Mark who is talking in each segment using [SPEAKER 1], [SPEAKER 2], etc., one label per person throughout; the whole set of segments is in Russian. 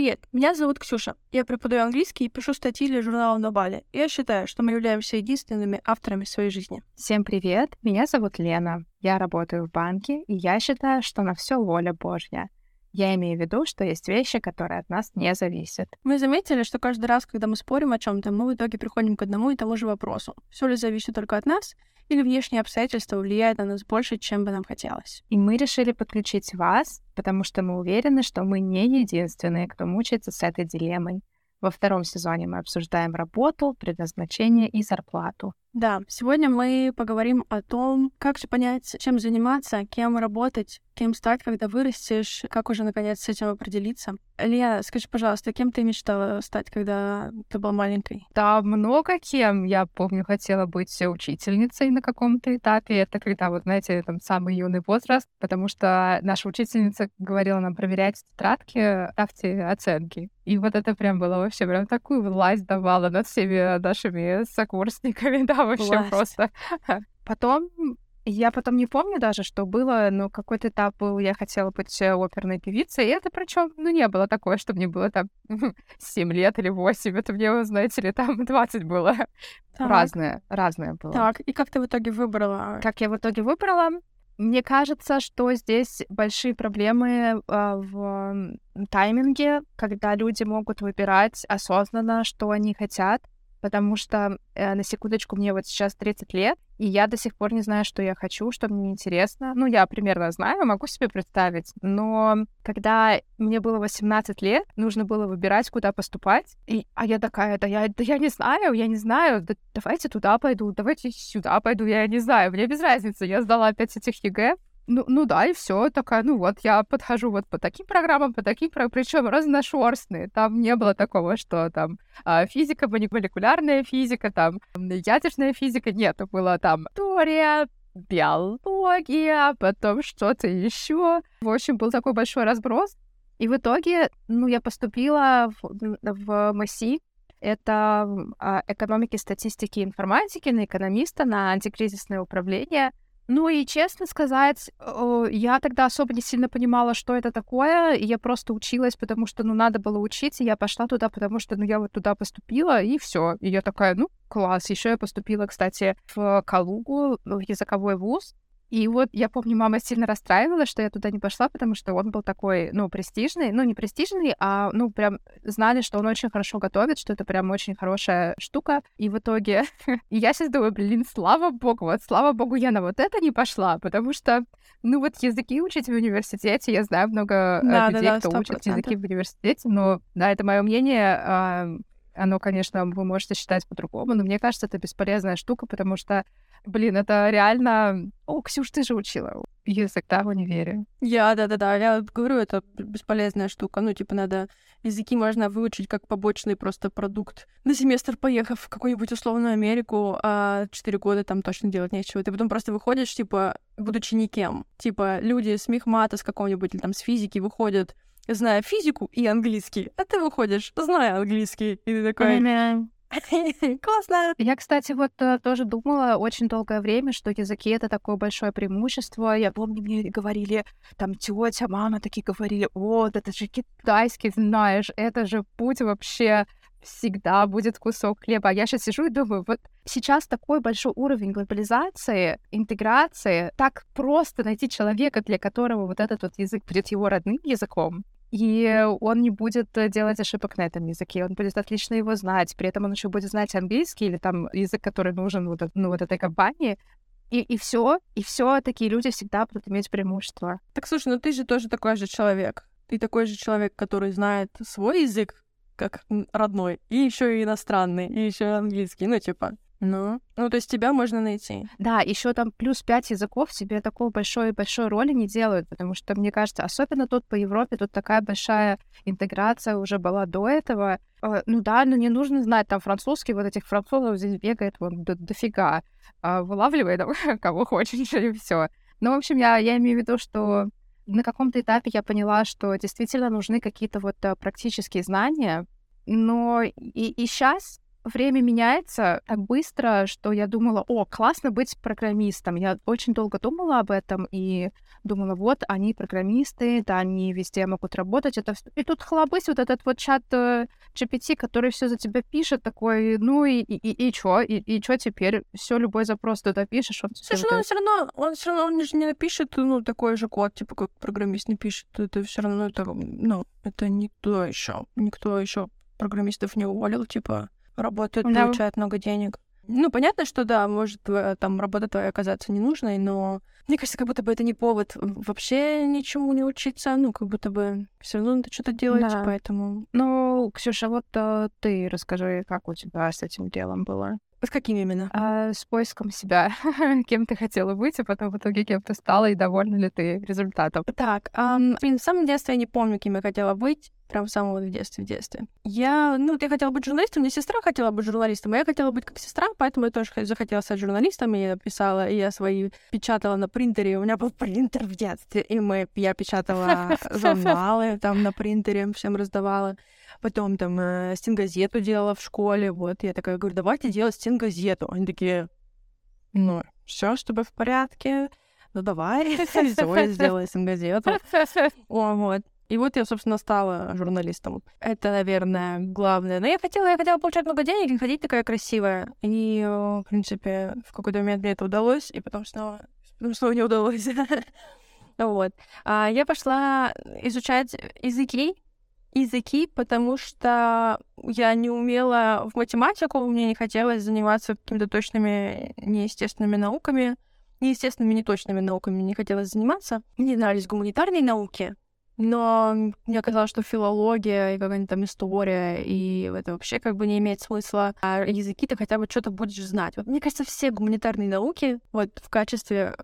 [SPEAKER 1] Привет, меня зовут Ксюша. Я преподаю английский и пишу статьи для журнала «На Бали». Я считаю, что мы являемся единственными авторами своей жизни.
[SPEAKER 2] Всем привет, меня зовут Лена. Я работаю в банке, и я считаю, что на все воля Божья. Я имею в виду, что есть вещи, которые от нас не зависят.
[SPEAKER 1] Мы заметили, что каждый раз, когда мы спорим о чем-то, мы в итоге приходим к одному и тому же вопросу. Все ли зависит только от нас, или внешние обстоятельства влияют на нас больше, чем бы нам хотелось?
[SPEAKER 2] И мы решили подключить вас, потому что мы уверены, что мы не единственные, кто мучается с этой дилеммой. Во втором сезоне мы обсуждаем работу, предназначение и зарплату.
[SPEAKER 1] Да, сегодня мы поговорим о том, как же понять, чем заниматься, кем работать, кем стать, когда вырастешь, как уже, наконец, с этим определиться. Лия, скажи, пожалуйста, кем ты мечтала стать, когда ты была маленькой?
[SPEAKER 2] Да, много кем. Я помню, хотела быть учительницей на каком-то этапе. Это когда, вот, знаете, там самый юный возраст, потому что наша учительница говорила нам проверять тетрадки, ставьте оценки. И вот это прям было вообще, прям такую власть давала над всеми нашими сокурсниками, да, вообще
[SPEAKER 1] Власть.
[SPEAKER 2] просто. Потом я не помню даже, что было, но какой-то этап был, я хотела быть оперной певицей, и это причем, не было такое, что мне было там 7 лет или 8, это мне, знаете ли, там 20 было.
[SPEAKER 1] Так.
[SPEAKER 2] Разное было.
[SPEAKER 1] Так, и как ты в итоге выбрала?
[SPEAKER 2] Как я в итоге выбрала? Мне кажется, что здесь большие проблемы в тайминге, когда люди могут выбирать осознанно, что они хотят, потому что, на секундочку, мне вот сейчас 30 лет, и я до сих пор не знаю, что я хочу, что мне интересно. Я примерно знаю, могу себе представить, но когда мне было 18 лет, нужно было выбирать, куда поступать, а я такая, я не знаю, да, давайте туда пойду, давайте сюда пойду, я не знаю, мне без разницы, я сдала опять этих ЕГЭ, да, и все такая, я подхожу вот по таким программам, причем разношерстные. Там не было такого, что там физика, молекулярная физика, там ядерная физика. Нет, было там история, биология, потом что-то еще. В общем, был такой большой разброс. И в итоге, я поступила в МСИ. Это экономики, статистики и информатики, на экономиста, на антикризисное управление. И, честно сказать, я тогда особо не сильно понимала, что это такое, и я просто училась, потому что, надо было учить, и я пошла туда, потому что, я вот туда поступила, и все. И я такая, класс. Еще я поступила, кстати, в Калугу, в языковой вуз. И вот я помню, мама сильно расстраивалась, что я туда не пошла, потому что он был такой, престижный. Не престижный, а, прям знали, что он очень хорошо готовит, что это прям очень хорошая штука. И в итоге я сейчас думаю, слава богу, я на вот это не пошла, потому что, языки учить в университете, я знаю много людей, кто
[SPEAKER 1] 100%.
[SPEAKER 2] учит языки в университете, но, да, это мое мнение, оно, конечно, вы можете считать по-другому, но мне кажется, это бесполезная штука, потому что, это реально... Ксюш, ты же учила язык, да, в универе?
[SPEAKER 1] Я говорю, это бесполезная штука. Надо... Языки можно выучить как побочный просто продукт. На семестр поехав в какую-нибудь условную Америку, а 4 года там точно делать нечего. Ты потом просто выходишь, будучи никем. Люди с мехмата, с какого-нибудь, или там с физики выходят, зная физику и английский, а ты выходишь, зная английский, и ты такой... Классно!
[SPEAKER 2] Я, кстати, тоже думала очень долгое время, что языки — это такое большое преимущество. Я помню, мне говорили, там, тётя, мама такие говорили, да ты же китайский знаешь, это же путь вообще... Всегда будет кусок хлеба. А я сейчас сижу и думаю, вот сейчас такой большой уровень глобализации, интеграции, так просто найти человека, для которого вот этот вот язык будет его родным языком, и он не будет делать ошибок на этом языке, он будет отлично его знать, при этом он еще будет знать английский или там язык, который нужен вот этой компании, и все такие люди всегда будут иметь преимущество.
[SPEAKER 1] Так, слушай, ты же тоже такой же человек. Ты такой же человек, который знает свой язык как родной, и еще и иностранный, и еще английский, то есть тебя можно найти.
[SPEAKER 2] Да, еще там плюс 5 языков тебе такой большой роли не делают, потому что, мне кажется, особенно тут по Европе, тут такая большая интеграция уже была до этого. Не нужно знать там французский, вот этих французов здесь бегает дофига. Вылавливай там кого хочешь, и все. В общем, я имею в виду, что на каком-то этапе я поняла, что действительно нужны какие-то практические знания, но и сейчас время меняется так быстро, что я думала, классно быть программистом. Я очень долго думала об этом и думала, вот, они программисты, да, они везде могут работать. И тут хлобысь, вот этот вот чат GPT, который все за тебя пишет, такой, ну и чё? И чё теперь? Все, любой запрос туда пишешь, он тебе
[SPEAKER 1] Слушай, ну он все равно, он же не напишет, ну, такой же код, типа, как программист не пишет. Это все равно, это никто еще программистов не уволил, типа, работает,
[SPEAKER 2] Да.
[SPEAKER 1] получает много денег. Ну, понятно, что да, может, там работа твоя оказаться ненужной, но мне кажется, как будто бы это не повод вообще ничему не учиться, ну, как будто бы все равно надо что-то делать,
[SPEAKER 2] Да.
[SPEAKER 1] поэтому...
[SPEAKER 2] Ну, Ксюша, вот ты расскажи, как у тебя с этим делом было?
[SPEAKER 1] С каким именно?
[SPEAKER 2] С поиском себя. Кем ты хотела быть, а потом в итоге кем ты стала, и довольна ли ты результатом?
[SPEAKER 1] Так, в самом детстве я не помню, кем я хотела быть. Прям в самом в детстве. Я хотела быть журналистом, мне сестра хотела быть журналистом, а я хотела быть как сестра, поэтому я тоже захотела стать журналистом, и я писала, и я свои печатала на принтере, у меня был принтер в детстве, и я печатала журналы там на принтере, всем раздавала. Потом там стенгазету делала в школе, вот, я такая говорю, давайте делать стенгазету. Они такие, все с тобой в порядке, давай, все, я сделала стенгазету. Вот. И вот я, собственно, стала журналистом. Это, наверное, главное. Но я хотела получать много денег и ходить такая красивая. И, в принципе, в какой-то момент мне это удалось, и потом снова не удалось. Вот. Я пошла изучать языки, потому что я не умела в математику, мне не хотелось заниматься какими-то точными неестественными науками, неестественными неточными науками не хотелось заниматься. Мне нравились гуманитарные науки, но мне казалось, что филология и какая-нибудь там история, и это вообще как бы не имеет смысла. А языки ты хотя бы что-то будешь знать. Вот мне кажется, все гуманитарные науки вот в качестве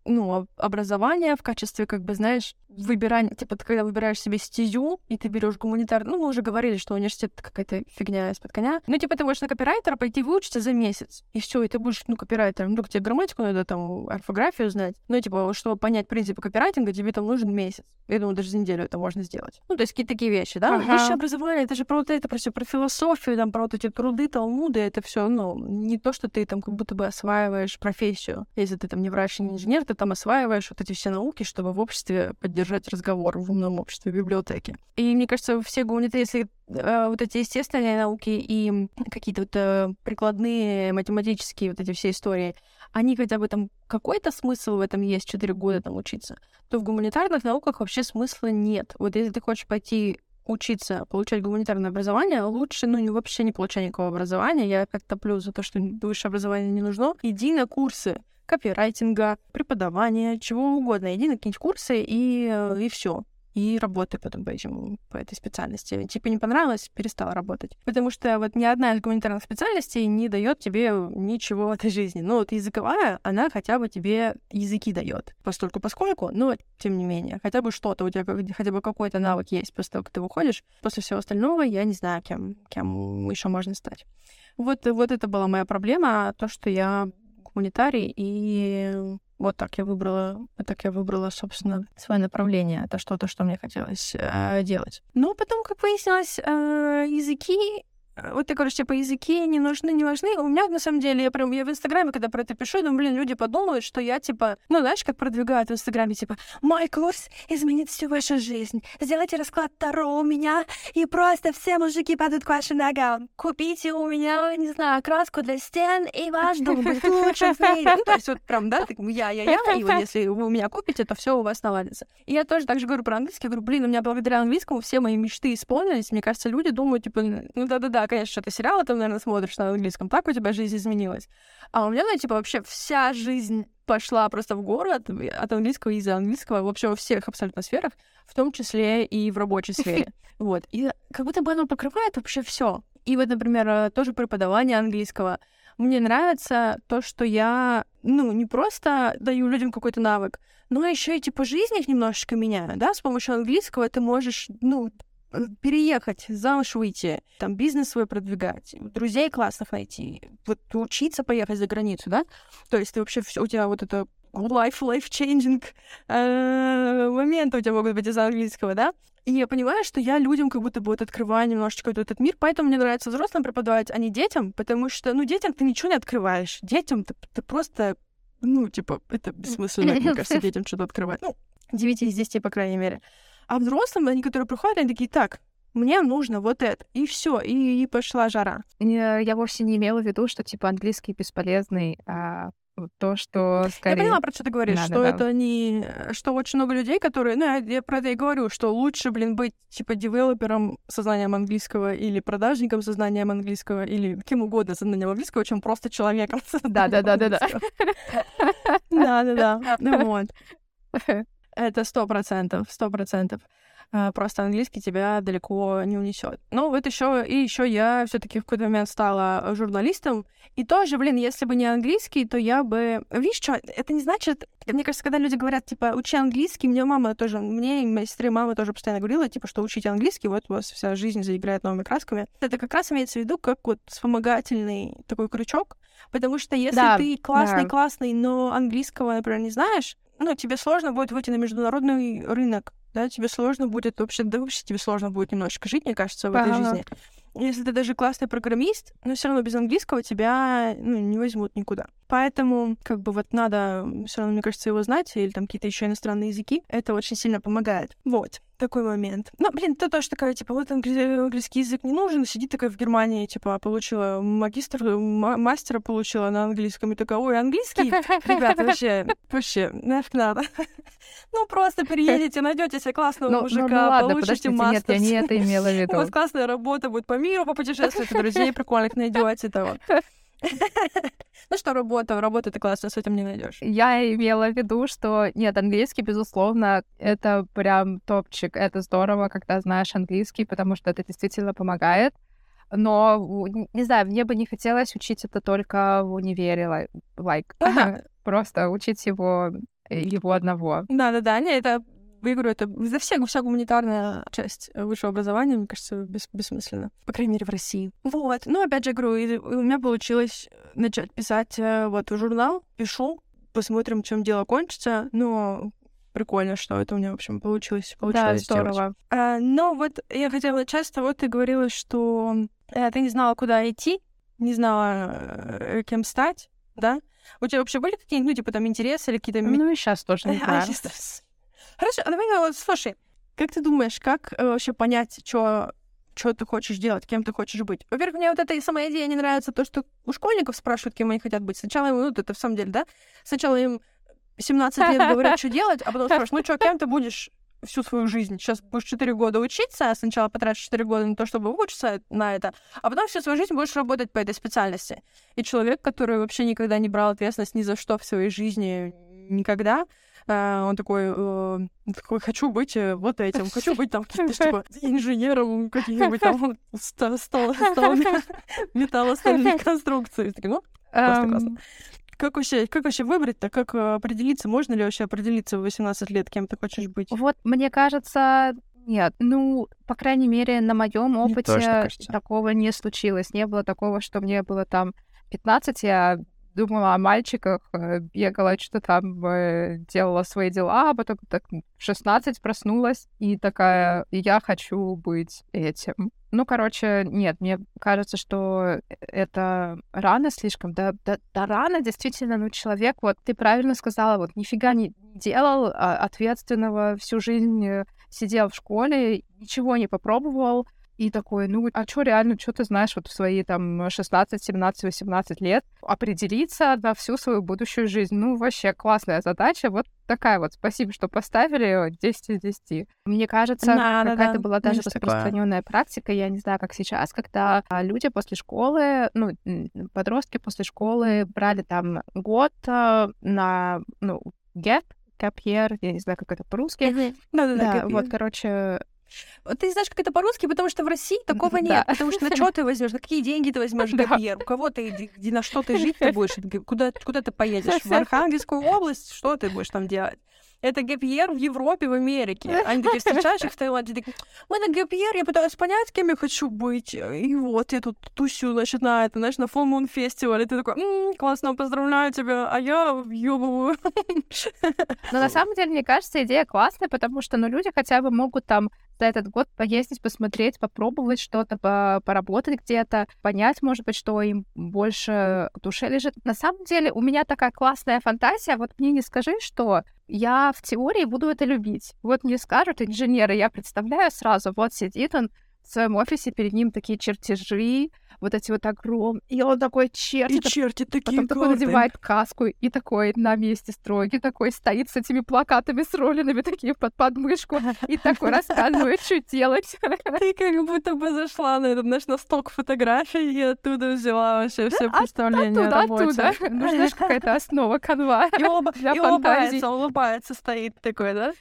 [SPEAKER 1] образования, в качестве, как бы, знаешь, выбирания, типа, ты когда выбираешь себе стезю, и ты берешь гуманитарный, мы уже говорили, что университет — это какая-то фигня из-под коня, типа, ты можешь на копирайтера пойти выучиться за месяц, и все, и ты будешь, копирайтером, тебе грамматику надо, там, орфографию знать, типа, чтобы понять принципы копирайтинга, тебе там нужен месяц. Я думаю, даже за неделю это можно сделать. То есть какие-то такие вещи, да?
[SPEAKER 2] Ага.
[SPEAKER 1] Высшее образование, это же про это все про философию, там, про вот эти труды, талмуды, это все, не то, что ты там как будто бы осваиваешь профессию. Если ты там не врач, не инженер, ты там осваиваешь вот эти все науки, чтобы в обществе поддержать разговор, в умном обществе, в библиотеке. И мне кажется, все гуманитарии, если вот эти естественные науки и какие-то вот прикладные математические вот эти все истории, они хотя бы там какой-то смысл в этом есть 4 года там учиться, то в гуманитарных науках вообще смысла нет. Вот если ты хочешь пойти учиться, получать гуманитарное образование, лучше, вообще не получай никакого образования. Я как-то топлю за то, что высшее образование не нужно. Иди на курсы копирайтинга, преподавания, чего угодно. Иди на какие-нибудь курсы и все. И работай потом по этой специальности. Тебе не понравилось, перестала работать. Потому что вот ни одна из гуманитарных специальностей не дает тебе ничего в этой жизни. Вот языковая, она хотя бы тебе языки дает. Поскольку, но тем не менее. Хотя бы что-то, у тебя хотя бы какой-то навык есть после того, как ты выходишь. После всего остального я не знаю, кем еще можно стать. Вот это была моя проблема, то, что я гуманитарий, и вот так я выбрала, собственно, свое направление. Это что-то, что мне хотелось делать. Но потом, как выяснилось, языки... Вот ты говоришь, типа, языки не нужны, не важны. У меня, на самом деле, я в Инстаграме, когда про это пишу, я думаю, люди подумают, что я, типа, знаешь, как продвигают в Инстаграме, типа, мой курс изменит всю вашу жизнь. Сделайте расклад Таро у меня, и просто все мужики падают к вашим ногам. Купите у меня, не знаю, краску для стен, и ваш дом будет лучше в мире. То есть вот прям, да, я, и вот если вы у меня купите, то все у вас наладится. И я тоже так же говорю про английский, я говорю, у меня благодаря английскому все мои мечты исполнились. Мне кажется, люди думают, типа, да-да-да, конечно, что ты сериалы там, наверное, смотришь на английском, так у тебя жизнь изменилась. А у меня, вообще вся жизнь пошла просто в город от английского и из-за английского, вообще во всех абсолютно сферах, в том числе и в рабочей сфере. Вот. И как будто бы оно покрывает вообще все. И вот, например, тоже преподавание английского. Мне нравится то, что я, не просто даю людям какой-то навык, но еще и, типа, жизнь их немножечко меняю, да, с помощью английского ты можешь, переехать, замуж выйти, там, бизнес свой продвигать, друзей классных найти, вот учиться поехать за границу, да? То есть ты вообще, у тебя вот это life-changing моменты у тебя могут быть из-за английского, да? И я понимаю, что я людям как будто бы вот открываю немножечко вот этот мир, поэтому мне нравится взрослым преподавать, а не детям, потому что, детям ты ничего не открываешь. Детям ты просто, это бессмысленно, мне кажется, детям что-то открывать. 9 из 10, по крайней мере. А взрослым, они, которые приходят, они такие, так, мне нужно вот это, и все, и пошла жара.
[SPEAKER 2] Я вовсе не имела в виду, что, английский бесполезный, а то, что скорее...
[SPEAKER 1] Я поняла, про что ты говоришь, это не... Что очень много людей, которые... я про это и говорю, что лучше, быть, девелопером со знанием английского или продажником со знанием английского или кем угодно со знанием английского, чем просто человеком со знанием английского. Да-да-да. Вот. Это 100%. Просто английский тебя далеко не унесет. Вот еще я все-таки в какой-то момент стала журналистом. И тоже, если бы не английский, то я бы... Видишь, что? Это не значит... Мне кажется, когда люди говорят, учи английский, мне и моей сестре мама тоже постоянно говорила, что учите английский, вот у вас вся жизнь заиграет новыми красками. Это как раз имеется в виду как вспомогательный такой крючок, потому что если ты классный, но английского, например, не знаешь, тебе сложно будет выйти на международный рынок, да, тебе сложно будет вообще тебе сложно будет немножечко жить, мне кажется, в этой жизни. Если ты даже классный программист, но все равно без английского тебя не возьмут никуда. Поэтому надо все равно, мне кажется, его знать, или там какие-то еще иностранные языки. Это очень сильно помогает. Вот. Такой момент. Ты тоже такая, английский язык не нужен, сиди такая в Германии, получила мастера получила на английском, и такая, ой, английский? Ребята, вообще, нафиг надо. Просто переедете, найдете себе классного мужика, получите мастер.
[SPEAKER 2] Нет, я не это имела в виду.
[SPEAKER 1] У вас классная работа будет по миру, попутешествуете, друзей прикольных найдете, того. Работа ты классно, с этим не найдешь.
[SPEAKER 2] Я имела в виду, что нет, английский, безусловно, это прям топчик. Это здорово, когда знаешь английский, потому что это действительно помогает. Но, не знаю, мне бы не хотелось учить это только в универе, просто учить его одного.
[SPEAKER 1] Да, это... Я говорю, это вся гуманитарная часть высшего образования, мне кажется, бессмысленно. По крайней мере, в России. Вот. Опять же, говорю, у меня получилось начать писать журнал. Пишу. Посмотрим, чем дело кончится. Но прикольно, что это у меня, в общем, получилось.
[SPEAKER 2] Да, здорово.
[SPEAKER 1] Я хотела начать с того, ты говорила, что ты не знала, куда идти, не знала, кем стать, да? У тебя вообще были какие-нибудь, интересы или какие-то...
[SPEAKER 2] и сейчас тоже не знаю.
[SPEAKER 1] Хорошо, давай, слушай, как ты думаешь, как вообще понять, что ты хочешь делать, кем ты хочешь быть? Во-первых, мне эта самая идея не нравится, то, что у школьников спрашивают, кем они хотят быть. Сначала им, это в самом деле, да? Сначала им 17 лет говорят, что делать, а потом спрашивают, кем ты будешь всю свою жизнь? Сейчас будешь 4 года учиться, а сначала потратишь 4 года на то, чтобы выучиться на это, а потом всю свою жизнь будешь работать по этой специальности. И человек, который вообще никогда не брал ответственность ни за что в своей жизни, никогда, он такой, хочу быть вот этим, хочу быть там инженером каких-нибудь там металлостальных конструкций. Классно. Как вообще выбрать-то? Как определиться? Можно ли вообще определиться в 18 лет, кем ты хочешь быть?
[SPEAKER 2] Вот, мне кажется, нет. По крайней мере, на моем опыте такого не случилось. Не было такого, что мне было там 15, я думала о мальчиках, бегала, что там делала свои дела, а потом так в 16 проснулась и такая, я хочу быть этим. Нет, мне кажется, что это рано слишком. Да рано, действительно, человек, ты правильно сказала, нифига не делал ответственного всю жизнь, сидел в школе, ничего не попробовал, и такой, что ты знаешь в свои 16, 17, 18 лет определиться на всю свою будущую жизнь. Вообще классная задача. Вот такая спасибо, что поставили 10 из 10. Мне кажется, какая-то была даже распространенная практика, я не знаю, как сейчас, когда люди после школы, подростки после школы брали год на, gap year, я не знаю, как это по-русски.
[SPEAKER 1] Да,
[SPEAKER 2] короче...
[SPEAKER 1] Ты знаешь, как это по-русски, потому что в России такого нет. Потому что на что ты возьмешь, на какие деньги ты возьмешь гэп-йер, у кого ты, на что ты жить ты будешь, куда ты поедешь? В Архангельскую область? Что ты будешь там делать? Это гэп-йер в Европе, в Америке. Они такие, встречаешь их в Таиланде, такие, мы на гэп-йер, я пытаюсь понять, кем я хочу быть. И вот я тут тусю, на Full Moon Festival. И ты такой, классно, поздравляю тебя, а я въёбываю.
[SPEAKER 2] Но на самом деле, мне кажется, идея классная, потому что, люди хотя бы могут за этот год поездить, посмотреть, попробовать что-то, поработать где-то, понять, может быть, что им больше в душе лежит. На самом деле у меня такая классная фантазия, вот мне не скажи, что я в теории буду это любить. Вот мне скажут инженеры, я представляю сразу, вот сидит он в своем офисе, перед ним такие чертежи, вот эти вот огромные, и он такой чертит,
[SPEAKER 1] И черти такие
[SPEAKER 2] потом такой
[SPEAKER 1] карты.
[SPEAKER 2] надевает каску и такой на месте стройки, такой стоит с этими плакатами с роллинами такие под подмышку и такой рассказывает, что делать.
[SPEAKER 1] Ты как будто бы зашла на этот наш сток фотографий и оттуда взяла вообще все представление о работе.
[SPEAKER 2] Оттуда. Нужна же какая-то основа, канва для фантазии.
[SPEAKER 1] улыбается, стоит такой, да?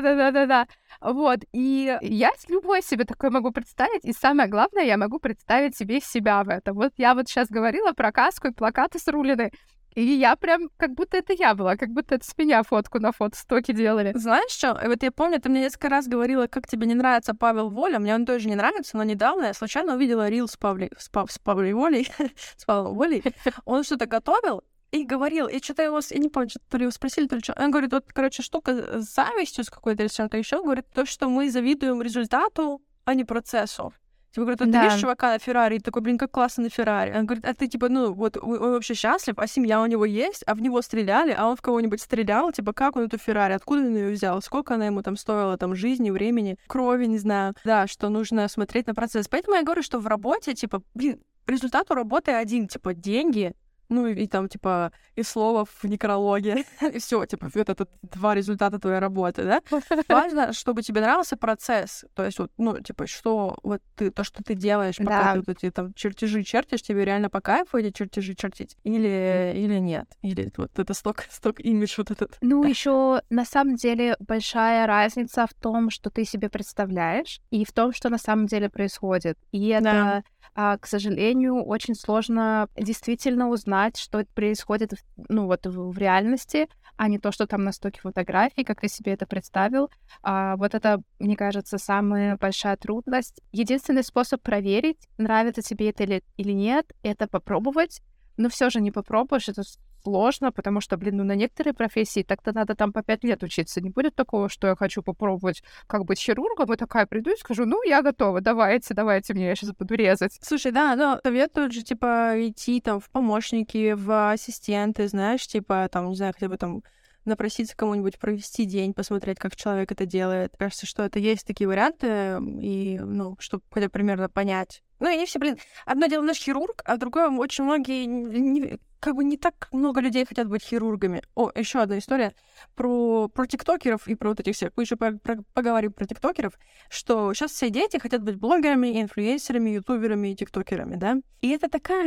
[SPEAKER 2] Да. Вот, и я любой себе такое могу представить, и самое главное, я могу представить себе себя в этом. Вот я вот сейчас говорила про каску и плакаты с рулиной, и я прям, как будто это я была, как будто это с меня фотку на фотостоке делали.
[SPEAKER 1] Знаешь что? Вот я помню, ты мне несколько раз говорила, как тебе не нравится Павел Воля. Мне он тоже не нравится, но недавно я случайно увидела рил с Павлой Волей, с Павлом Волей. Он что-то готовил, и говорил, и что-то его, я не помню, что-то то ли его спросили, то ли что. Он говорит, вот, короче, штука с завистью, с какой-то или с чем-то еще, говорит, то, что мы завидуем результату, а не процессу. Типа, говорит, вот ты видишь чувака на Феррари, и такой, блин, как классно на Феррари. Он говорит, а ты, типа, ну, вот он вообще счастлив, а семья у него есть, а в него стреляли, а он в кого-нибудь стрелял, типа, как он эту Феррари, откуда он ее взял, сколько она ему там стоила, там, жизни, времени, крови, не знаю. Да, что нужно смотреть на процесс. Поэтому я говорю, что в работе, типа, блин, результат у работы один, типа, деньги, ну, и там, типа, и слово в некрологе, и все, типа, это 2 результата твоей работы, да? Важно, чтобы тебе нравился процесс, то есть, вот, ну, типа, что вот ты, то, что ты делаешь, пока ты вот эти там чертежи чертишь, тебе реально по кайфу эти чертежи чертить, или нет, или вот это сток имидж вот этот.
[SPEAKER 2] Ну, еще на самом деле большая разница в том, что ты себе представляешь, и в том, что на самом деле происходит. И это, к сожалению, очень сложно действительно узнать, что происходит, ну, вот в реальности, а не то, что там на стоке фотографий, как ты себе это представил. Вот это, мне кажется, самая большая трудность. Единственный способ проверить, нравится тебе это или нет, это попробовать. Но все же не попробуешь, это сложно, потому что, блин, ну на некоторые профессии так-то надо там по 5 лет учиться. Не будет такого, что я хочу попробовать как быть хирургом, и такая приду и скажу, ну, я готова, давайте мне, я сейчас буду резать.
[SPEAKER 1] Слушай, да, но советуют же, типа, идти там в помощники, в ассистенты, знаешь, типа, там, не знаю, хотя бы там напроситься кому-нибудь провести день, посмотреть, как человек это делает. Кажется, что это есть такие варианты, и, ну, чтобы хотя бы примерно понять. Ну, и они все, блин, одно дело наш хирург, а другое очень многие как бы не так много людей хотят быть хирургами. О, еще одна история про тиктокеров и про вот этих всех. Мы еще поговорим про тиктокеров, что сейчас все дети хотят быть блогерами, инфлюенсерами, ютуберами и тиктокерами, да? И это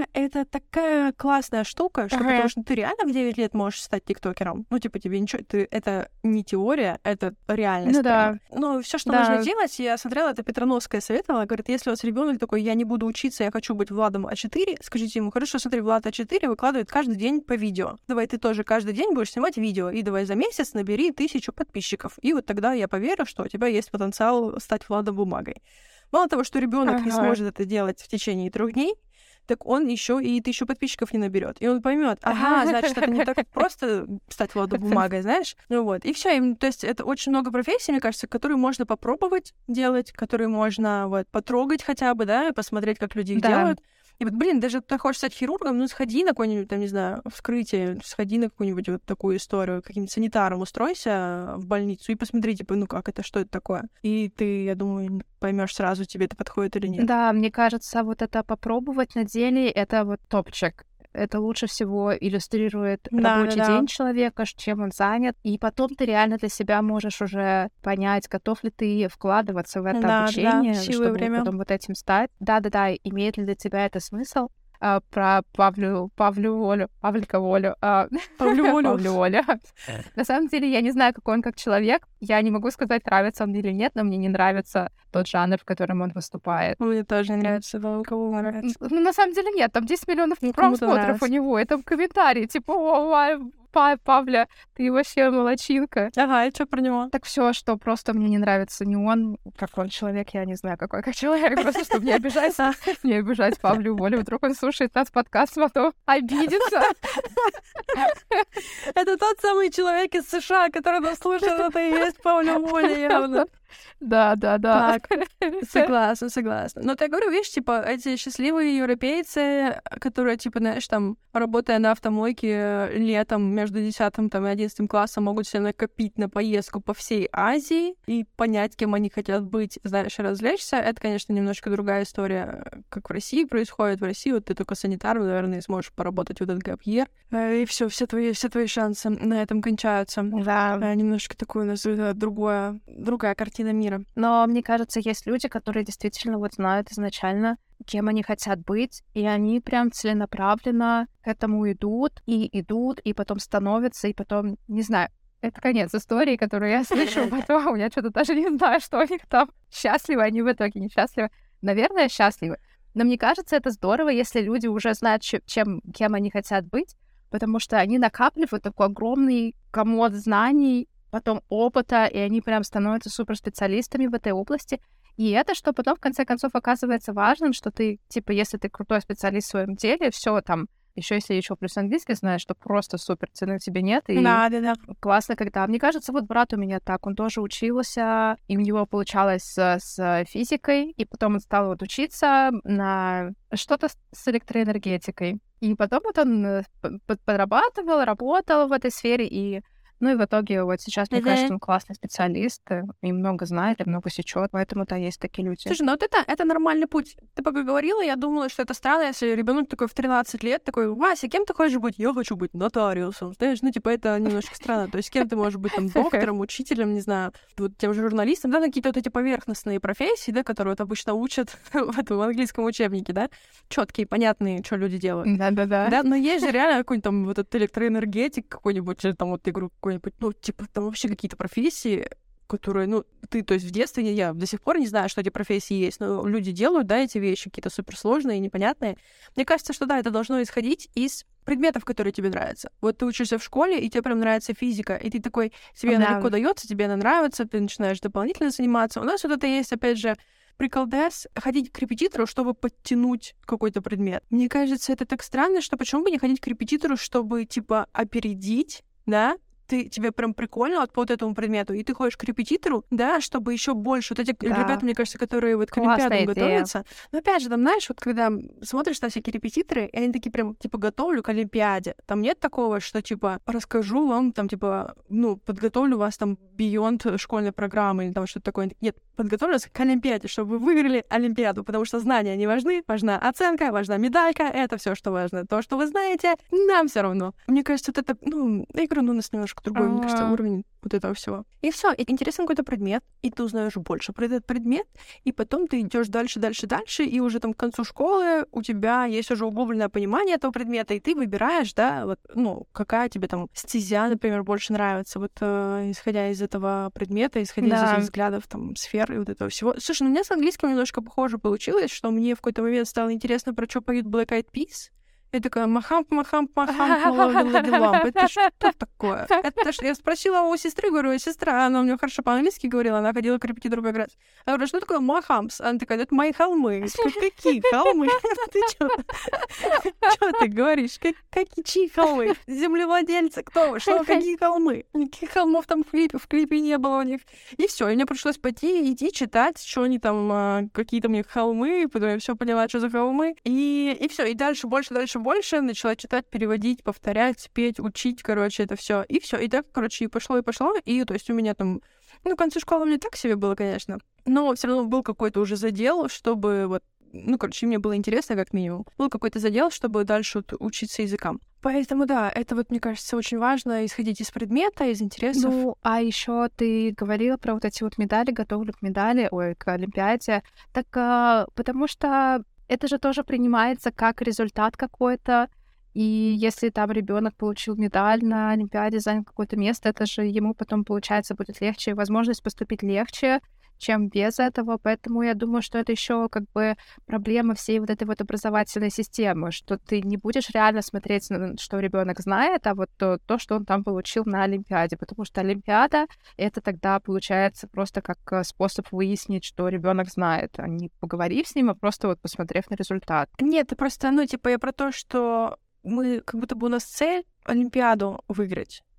[SPEAKER 1] такая классная штука, что потому что ты реально в 9 лет можешь стать тиктокером. Ну, типа, тебе ничего... Это не теория, это реальность.
[SPEAKER 2] Ну, да.
[SPEAKER 1] Ну, все, что нужно делать, я смотрела, это Петрановская советовала, говорит, если у вас ребенок такой, я не буду учиться, я хочу быть Владом А4, скажите ему, хорошо, смотри, Влад А4 выкладывает каждый день по видео. Давай ты тоже каждый день будешь снимать видео, и давай за месяц набери 1000 подписчиков. И вот тогда я поверю, что у тебя есть потенциал стать Владом Бумагой. Мало того, что ребенок не сможет это делать в течение 3 дней, так он еще и 1000 подписчиков не наберет. И он поймет, значит, это не так просто стать Владом Бумагой, знаешь? Ну вот. И все. То есть это очень много профессий, мне кажется, которые можно попробовать делать, которые можно вот потрогать хотя бы, да, и посмотреть, как люди их делают. И вот, блин, даже ты хочешь стать хирургом, ну, сходи на какое-нибудь, там, не знаю, вскрытие, сходи на какую-нибудь вот такую историю, каким-нибудь санитаром устройся в больницу и посмотри, типа, ну, как это, что это такое. И ты, я думаю, поймешь сразу, тебе это подходит или нет.
[SPEAKER 2] Да, мне кажется, вот это попробовать на деле, это вот топчик. Это лучше всего иллюстрирует рабочий день человека, чем он занят. И потом ты реально для себя можешь уже понять, готов ли ты вкладываться в это обучение, чтобы потом вот этим стать. Да-да-да, имеет ли для тебя это смысл? Про Павлика Волю. Павлю Волю. На самом деле, я не знаю, какой он как человек. Я не могу сказать, нравится он или нет, но мне не нравится тот жанр, в котором он выступает.
[SPEAKER 1] Мне тоже не нравится, кому нравится.
[SPEAKER 2] Ну, на самом деле, нет. Там 10 миллионов просмотров у него. Это комментарии, типа, Павля, ты вообще молодчинка.
[SPEAKER 1] Ага, и что про него?
[SPEAKER 2] Так все, что просто мне не нравится не он, как он человек, я не знаю, какой как человек, просто чтобы не обижать Павлю Волю. Вдруг он слушает нас подкаст, потом обидится.
[SPEAKER 1] Это тот самый человек из США, который нас слушает, это и есть Павлю Воля явно.
[SPEAKER 2] Да.
[SPEAKER 1] Так, согласна. Но я говорю, видишь, типа, эти счастливые европейцы, которые, типа, знаешь, там, работая на автомойке летом между 10 там, и 11 классом, могут себе накопить на поездку по всей Азии и понять, кем они хотят быть, знаешь, и развлечься. Это, конечно, немножко другая история, как в России происходит. В России вот ты только санитар, наверное, сможешь поработать вот этот gap year, и все твои шансы на этом кончаются.
[SPEAKER 2] Да.
[SPEAKER 1] Немножко такое у нас другая картина мира.
[SPEAKER 2] Но мне кажется, есть люди, которые действительно вот знают изначально, кем они хотят быть, и они прям целенаправленно к этому идут, и потом становятся, и потом, не знаю, это конец истории, которую я слышу потом. Я что-то даже не знаю, что у них там. Счастливы они в итоге, несчастливы. Наверное, счастливы. Но мне кажется, это здорово, если люди уже знают, кем они хотят быть, потому что они накапливают такой огромный комод знаний, потом опыта, и они прям становятся суперспециалистами в этой области. И это, что потом, в конце концов, оказывается важным, что ты, типа, если ты крутой специалист в своем деле, все там, если еще плюс английский знаешь, что просто супер, цены тебе нет. И
[SPEAKER 1] да.
[SPEAKER 2] классно, когда... Мне кажется, вот брат у меня так, он тоже учился, и у него получалось с физикой, и потом он стал вот учиться на что-то с электроэнергетикой. И потом вот он подрабатывал, работал в этой сфере, и в итоге вот сейчас, мне кажется, он классный специалист, и много знает, и много сечет, поэтому-то есть такие люди.
[SPEAKER 1] Слушай, вот это нормальный путь. Ты пока говорила, я думала, что это странно, если ребенок такой в 13 лет, такой: Вася, кем ты хочешь быть? Я хочу быть нотариусом. Знаешь, это немножко странно. То есть кем ты можешь быть там доктором, учителем, не знаю, вот тем же журналистом, да, какие-то вот эти поверхностные профессии, да, которые вот обычно учат в английском учебнике, да, четкие, понятные, что люди делают.
[SPEAKER 2] Да.
[SPEAKER 1] Но есть же реально какой-нибудь там вот этот электроэнергетик какой-нибудь, или там вот, я говорю, какой-нибудь, там вообще какие-то профессии, которые, ты, то есть в детстве, я до сих пор не знаю, что эти профессии есть, но люди делают, да, эти вещи какие-то суперсложные, непонятные. Мне кажется, что, да, это должно исходить из предметов, которые тебе нравятся. Вот ты учишься в школе, и тебе прям нравится физика, и ты такой, тебе она легко дается, тебе она нравится, ты начинаешь дополнительно заниматься. У нас вот это есть, опять же, приколдес ходить к репетитору, чтобы подтянуть какой-то предмет. Мне кажется, это так странно, что почему бы не ходить к репетитору, чтобы, типа, опередить, да, тебе прям прикольно по вот этому предмету, и ты ходишь к репетитору, да, чтобы еще больше. Вот эти ребята, мне кажется, которые вот к олимпиадам готовятся. Но опять же, там, знаешь, вот когда смотришь на всякие репетиторы, и они такие прям, типа, готовлю к олимпиаде. Там нет такого, что, типа, расскажу вам, там, типа, подготовлю вас там beyond школьной программы или там что-то такое. Нет, подготовлю вас к олимпиаде, чтобы вы выиграли олимпиаду, потому что знания не важны, важна оценка, важна медалька, это все, что важно. То, что вы знаете, нам все равно. Мне кажется, вот это, я говорю, у нас немножко другой, мне кажется, уровень вот этого всего. И все, и интересен какой-то предмет, и ты узнаешь больше про этот предмет, и потом ты идешь дальше, и уже там к концу школы у тебя есть уже углубленное понимание этого предмета, и ты выбираешь, да, вот, какая тебе там стезя, например, больше нравится, вот, исходя из этого предмета, исходя из этих взглядов, там, сфер и вот этого всего. Слушай, у меня с английским немножко похоже получилось, что мне в какой-то момент стало интересно, про что поют Black Eyed Peas. Я такая: махамп, это что такое? Это что? Я спросила у сестры, говорю: сестра, она у меня хорошо по-английски говорила, она ходила к репетитору поиграть. Я говорю: что такое махампс? Она такая: это мои холмы. Какие холмы? Ты что ты говоришь? Чьи холмы? Землевладельцы? Кто вы? Что? Какие холмы? Никаких холмов там в клипе не было у них. И все, и мне пришлось идти читать, что они там, какие-то мне холмы, потом я все поняла, что за холмы. И все, и дальше больше начала читать, переводить, повторять, петь, учить, это все. И все. И так, и пошло. И то есть у меня там, к концу школы у меня так себе было, конечно. Но все равно был какой-то уже задел, чтобы вот, мне было интересно, как минимум. Был какой-то задел, чтобы дальше учиться языкам. Поэтому, да, это вот, мне кажется, очень важно исходить из предмета, из интересов.
[SPEAKER 2] А еще ты говорила про вот эти вот медали, готовлю к олимпиаде. Так потому что это же тоже принимается как результат какой-то. И если там ребенок получил медаль на олимпиаде, занял какое-то место, это же ему потом, получается, будет легче, и возможность поступить легче, чем без этого. Поэтому я думаю, что это еще как бы проблема всей вот этой вот образовательной системы, что ты не будешь реально смотреть, что ребенок знает, а вот то, что он там получил на олимпиаде, потому что олимпиада — это тогда получается просто как способ выяснить, что ребенок знает, а не поговорив с ним, а просто вот посмотрев на результат.
[SPEAKER 1] Нет, это просто, я про то, что мы, как будто бы у нас цель олимпиаду выиграть.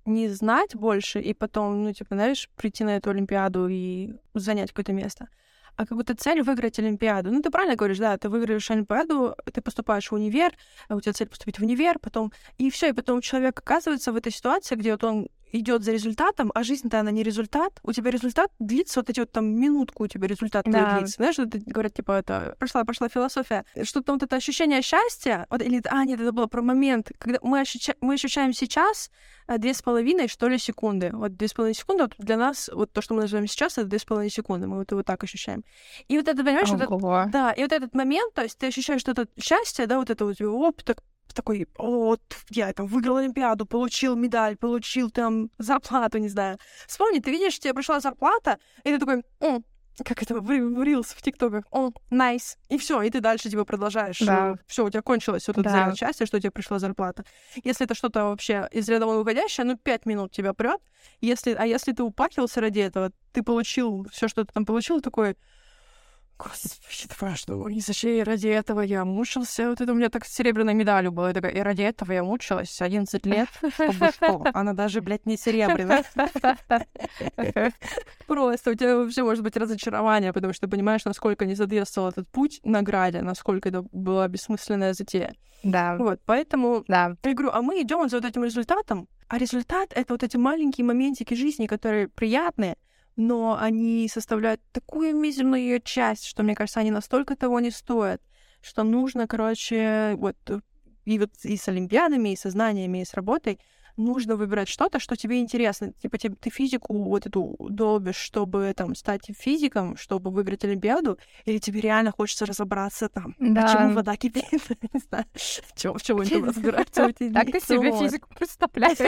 [SPEAKER 1] не знать больше и потом, ну, типа, знаешь, прийти на эту Олимпиаду и занять какое-то место, а как будто цель выиграть Олимпиаду. Ну, ты правильно говоришь, да, ты выиграешь Олимпиаду, ты поступаешь в универ, а у тебя цель поступить в универ, потом, и все, и потом человек оказывается в этой ситуации, где вот он идет за результатом, а жизнь-то она не результат. У тебя результат длится вот эти вот там минутку, у тебя результат твой длится. Знаешь, это говорят, типа, это пошла философия. Что-то вот это ощущение счастья, вот, или, нет, это было про момент, когда мы ощущаем сейчас 2,5, что ли, секунды. Вот 2,5 секунды, вот для нас, вот то, что мы называем сейчас, это 2,5 секунды. Мы вот его так ощущаем. И вот это, понимаешь, да, и вот этот момент, то есть ты ощущаешь что это счастье, да, вот это вот, такой, вот, я там выиграл Олимпиаду, получил медаль, получил там зарплату, не знаю. Вспомни, ты видишь, тебе пришла зарплата, и ты такой, как это в Reels, в ТикТоках, nice. И все, и ты дальше типа продолжаешь.
[SPEAKER 2] Да.
[SPEAKER 1] Все, у тебя кончилось вот это счастье, что тебе пришла зарплата. Если это что-то вообще из ряда вон выходящее, 5 минут тебя прёт. Если ты упахился ради этого, ты получил все, что ты там получил, такой... Господи, что и ради этого я мучился. Вот это у меня так с серебряной медалью было. Я такая, и ради этого я мучилась 11 лет, чтобы что? Она даже, блядь, не серебряная. Просто у тебя вообще может быть разочарование, потому что ты понимаешь, насколько не соответствовал этот путь награде, насколько это была бессмысленная затея.
[SPEAKER 2] Да.
[SPEAKER 1] Вот, поэтому я говорю, а мы идем за вот этим результатом, а результат — это вот эти маленькие моментики жизни, которые приятные, но они составляют такую мизерную её часть, что, мне кажется, они настолько того не стоят, что нужно, вот и с олимпиадами, и со знаниями, и с работой нужно выбирать что-то, что тебе интересно. Типа ты физику вот эту долбишь, чтобы там стать физиком, чтобы выиграть Олимпиаду, или тебе реально хочется разобраться там, почему вода кипит, не знаю, в чём они там разбираются.
[SPEAKER 2] Так ты себе физику представляешь.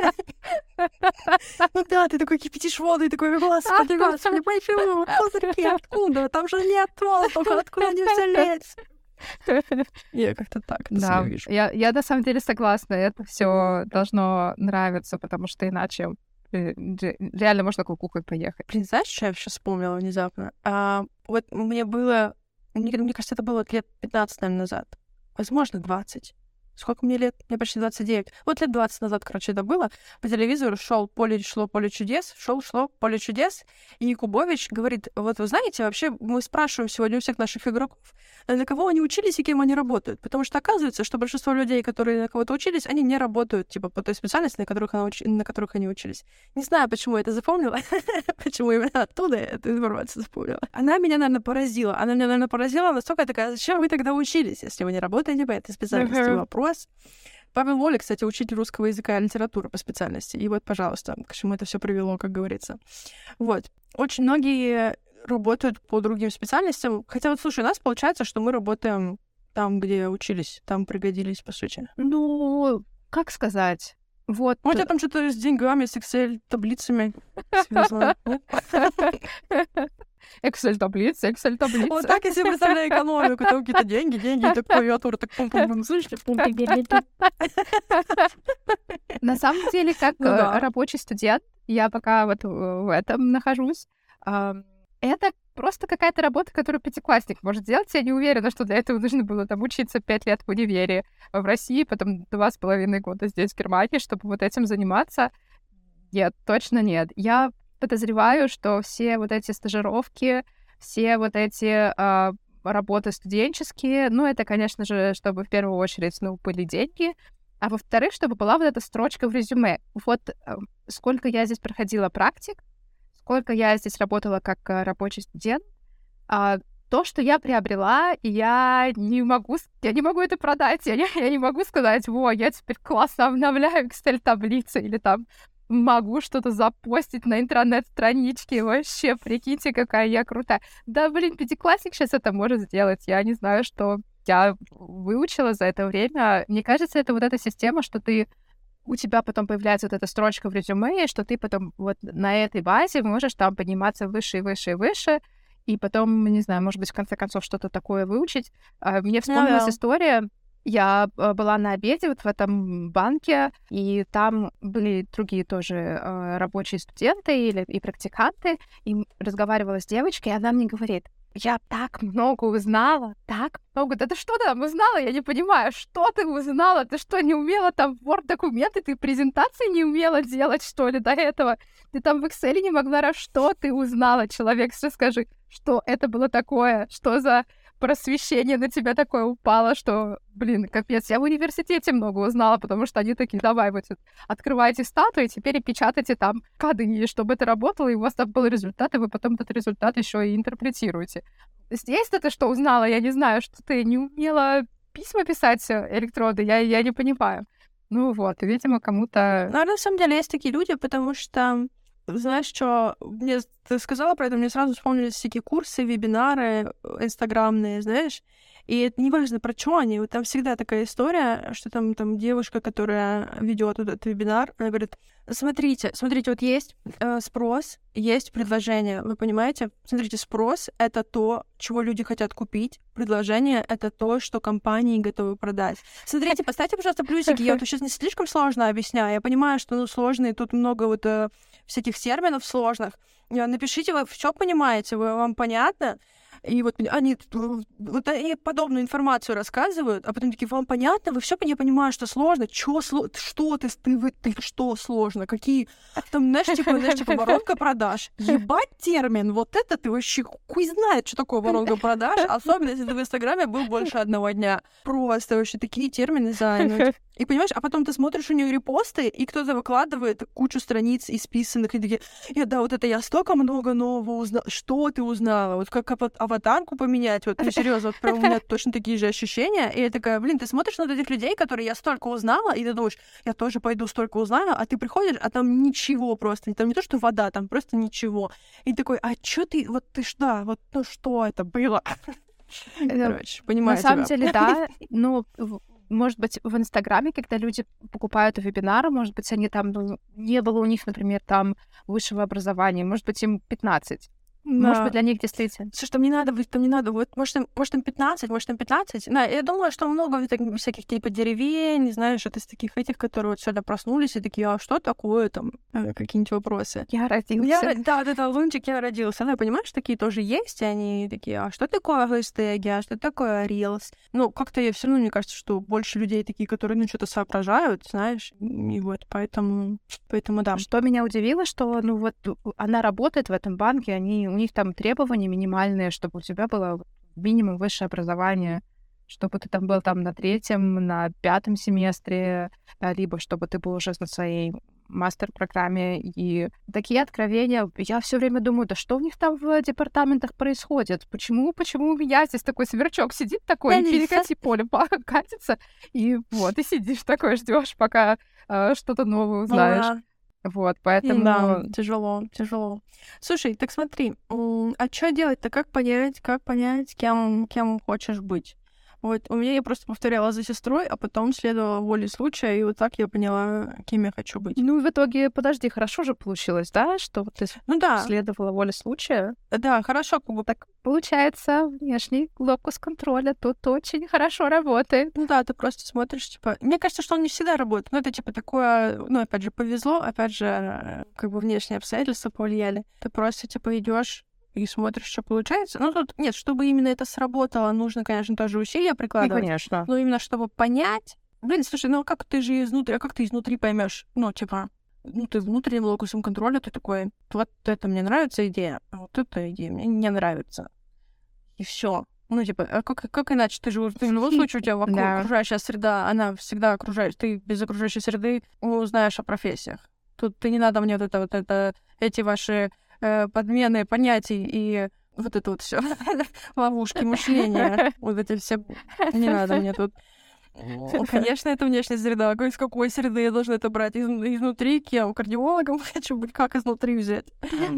[SPEAKER 1] Ну да, ты такой кипятишь воду, и такой, господи, почему? Откуда? Там же нет воздуха, откуда они все лезть? Я как-то так это вижу.
[SPEAKER 2] Я на самом деле согласна. Это все должно нравиться, потому что иначе реально можно кукухой поехать.
[SPEAKER 1] Блин, знаешь, что я сейчас вспомнила внезапно? Вот мне кажется, это было лет 15, наверное, назад. Возможно, 20. Сколько мне лет? Мне почти 29. Вот лет 20 назад, короче, это было. По телевизору шло поле чудес, шло поле чудес, и Якубович говорит, вот вы знаете, вообще мы спрашиваем сегодня у всех наших игроков, на кого они учились и кем они работают. Потому что оказывается, что большинство людей, которые на кого-то учились, они не работают, типа, по той специальности, на которых они учились. Не знаю, почему я это запомнила, почему именно оттуда я эту информацию запомнила. Она меня, наверное, поразила. Настолько я такая, зачем вы тогда учились, если вы не работаете по этой специальности? Вопрос. Павел Воля, кстати, учитель русского языка и литературы по специальности. И вот, пожалуйста, к чему это все привело, как говорится. Вот. Очень многие работают по другим специальностям. Хотя вот, слушай, у нас получается, что мы работаем там, где учились, там пригодились, по сути.
[SPEAKER 2] Ну, как сказать? Вот.
[SPEAKER 1] У тебя там что-то с деньгами, с Excel-таблицами связано.
[SPEAKER 2] Excel-таблицы.
[SPEAKER 1] Вот так я себе представляю экономику. Там какие-то деньги, так клавиатура, так пум-пум-пум, слышите?
[SPEAKER 2] На самом деле, как рабочий студент, я пока вот в этом нахожусь, это просто какая-то работа, которую пятиклассник может делать. Я не уверена, что для этого нужно было там учиться 5 лет в универе в России, потом 2,5 года здесь, в Германии, чтобы вот этим заниматься. Нет, точно нет. Я подозреваю, что все вот эти стажировки, все вот эти работы студенческие, это, конечно же, чтобы в первую очередь, были деньги, а во-вторых, чтобы была вот эта строчка в резюме. Вот сколько я здесь проходила практик, сколько я здесь работала как рабочий студент, то, что я приобрела, я не могу это продать, я не могу сказать, я теперь классно обновляю Excel-таблицы или там могу что-то запостить на интернет-страничке, вообще, прикиньте, какая я крутая. Да, пятиклассник сейчас это может сделать, я не знаю, что я выучила за это время. Мне кажется, это вот эта система, что у тебя потом появляется вот эта строчка в резюме, и что ты потом вот на этой базе можешь там подниматься выше и выше и выше, и потом, не знаю, может быть, в конце концов что-то такое выучить. Мне вспомнилась история. Я была на обеде вот в этом банке, и там были другие тоже рабочие студенты и практиканты, и разговаривала с девочкой, и она мне говорит, я так много узнала, так много. Да ты что ты там узнала? Я не понимаю, что ты узнала? Ты что, не умела там в Word-документы? Ты презентации не умела делать, что ли, до этого? Ты там в Excel не могла... Что ты узнала, человек? Скажи, что это было такое? Что за просвещение на тебя такое упало, что, блин, капец. Я в университете много узнала, потому что они такие, давай, вот открывайте статуи, теперь и печатайте там коды, чтобы это работало, и у вас там был результат, и вы потом этот результат еще и интерпретируете. Здесь-то ты что узнала? Я не знаю, что ты не умела письма писать электроды, я не понимаю. Ну вот, видимо, кому-то...
[SPEAKER 1] Ну, на самом деле есть такие люди, потому что, знаешь, что мне ты сказала про это, мне сразу вспомнились всякие курсы, вебинары инстаграмные, знаешь, и это не важно, про что они, вот там всегда такая история, что там девушка, которая ведет этот вебинар, она говорит, смотрите, вот есть спрос, есть предложение, вы понимаете? Смотрите, спрос — это то, чего люди хотят купить, предложение — это то, что компании готовы продать. Смотрите, поставьте, пожалуйста, плюсики, я вот сейчас не слишком сложно объясняю, я понимаю, что, сложно, и тут много вот всяких терминов сложных. Напишите, вы все понимаете, вам понятно? И вот они подобную информацию рассказывают, а потом такие, вам понятно? Вы все я понимаю, что сложно? Что ты что сложно? Какие там, знаешь, типа воронка продаж. Ебать термин, вот это ты вообще хуй знает, что такое воронка продаж, особенно если ты в Инстаграме был больше одного дня. Просто вообще такие термины занять. И понимаешь, а потом ты смотришь у нее репосты, и кто-то выкладывает кучу страниц исписанных, и такие, вот это я столько много нового узнала. Что ты узнала? Вот как аватарку поменять? Вот, серьезно, вот прям у меня точно такие же ощущения. И я такая, блин, ты смотришь на вот этих людей, которые я столько узнала, и ты думаешь, я тоже пойду столько узнаю, а ты приходишь, а там ничего просто. Там не то, что вода, там просто ничего. И такой, а чё ты, вот ты что это было? Короче, понимаю
[SPEAKER 2] На самом деле, да, может быть, в Инстаграме, когда люди покупают вебинары, может быть, они там, не было у них, например, там высшего образования, может быть, им 15. Да. Может быть, для них действительно.
[SPEAKER 1] Слушай, там не надо, вот, может, им 15, может, им 15. Да, я думаю, что много всяких типа деревень, знаешь, это из таких этих, которые вот сюда проснулись и такие, а что такое там? Какие-нибудь вопросы.
[SPEAKER 2] Я родился.
[SPEAKER 1] Да, лунчик, я родился. Да, понимаешь, такие тоже есть, и они такие, а что такое хэштеги, а что такое Reels? Ну, как-то я все равно, мне кажется, что больше людей такие, которые, что-то соображают, знаешь, и вот, поэтому да.
[SPEAKER 2] Что меня удивило, что, она работает в этом банке, у них там требования минимальные, чтобы у тебя было минимум высшее образование, чтобы ты там был там на 3-м, на 5-м семестре, либо чтобы ты был уже на своей мастер-программе. И такие откровения. Я все время думаю, да что у них там в департаментах происходит? Почему у меня здесь такой сверчок сидит такой, и перекати поле катится, и вот, и сидишь такой, ждешь, пока что-то новое узнаешь. Вот, поэтому...
[SPEAKER 1] Да, тяжело. Слушай, так смотри, а что делать-то? Как понять, кем хочешь быть? Вот, у меня я просто повторяла за сестрой, а потом следовала воле случая, и вот так я поняла, кем я хочу быть.
[SPEAKER 2] Ну, в итоге, подожди, хорошо же получилось, да, что ты следовала воле случая?
[SPEAKER 1] Да, хорошо, как бы.
[SPEAKER 2] Так, получается, внешний локус контроля тут очень хорошо работает.
[SPEAKER 1] Ну да, ты просто смотришь, типа... Мне кажется, что он не всегда работает, но это, типа, такое... опять же, повезло, опять же, как бы внешние обстоятельства повлияли. Ты просто, типа, идёшь и смотришь, что получается. Ну, тут нет, чтобы именно это сработало, нужно, конечно, тоже усилия прикладывать.
[SPEAKER 2] Конечно.
[SPEAKER 1] Но именно чтобы понять... Блин, слушай, как ты же изнутри... А как ты изнутри поймешь? Ты внутренним локусом контроля, ты такой, вот это мне нравится идея, а вот эта идея мне не нравится. И все. А как иначе? Ты в любом случае, у тебя окружающая среда, она всегда окружающая. Ты без окружающей среды узнаешь о профессиях. Тут не надо мне эти ваши подмены понятий и вот это вот все ловушки мышления. Вот эти все не надо мне тут. Конечно, это внешняя среда. Из какой среды я должна это брать? Изнутри кем? Кардиологом хочу быть? Как изнутри взять?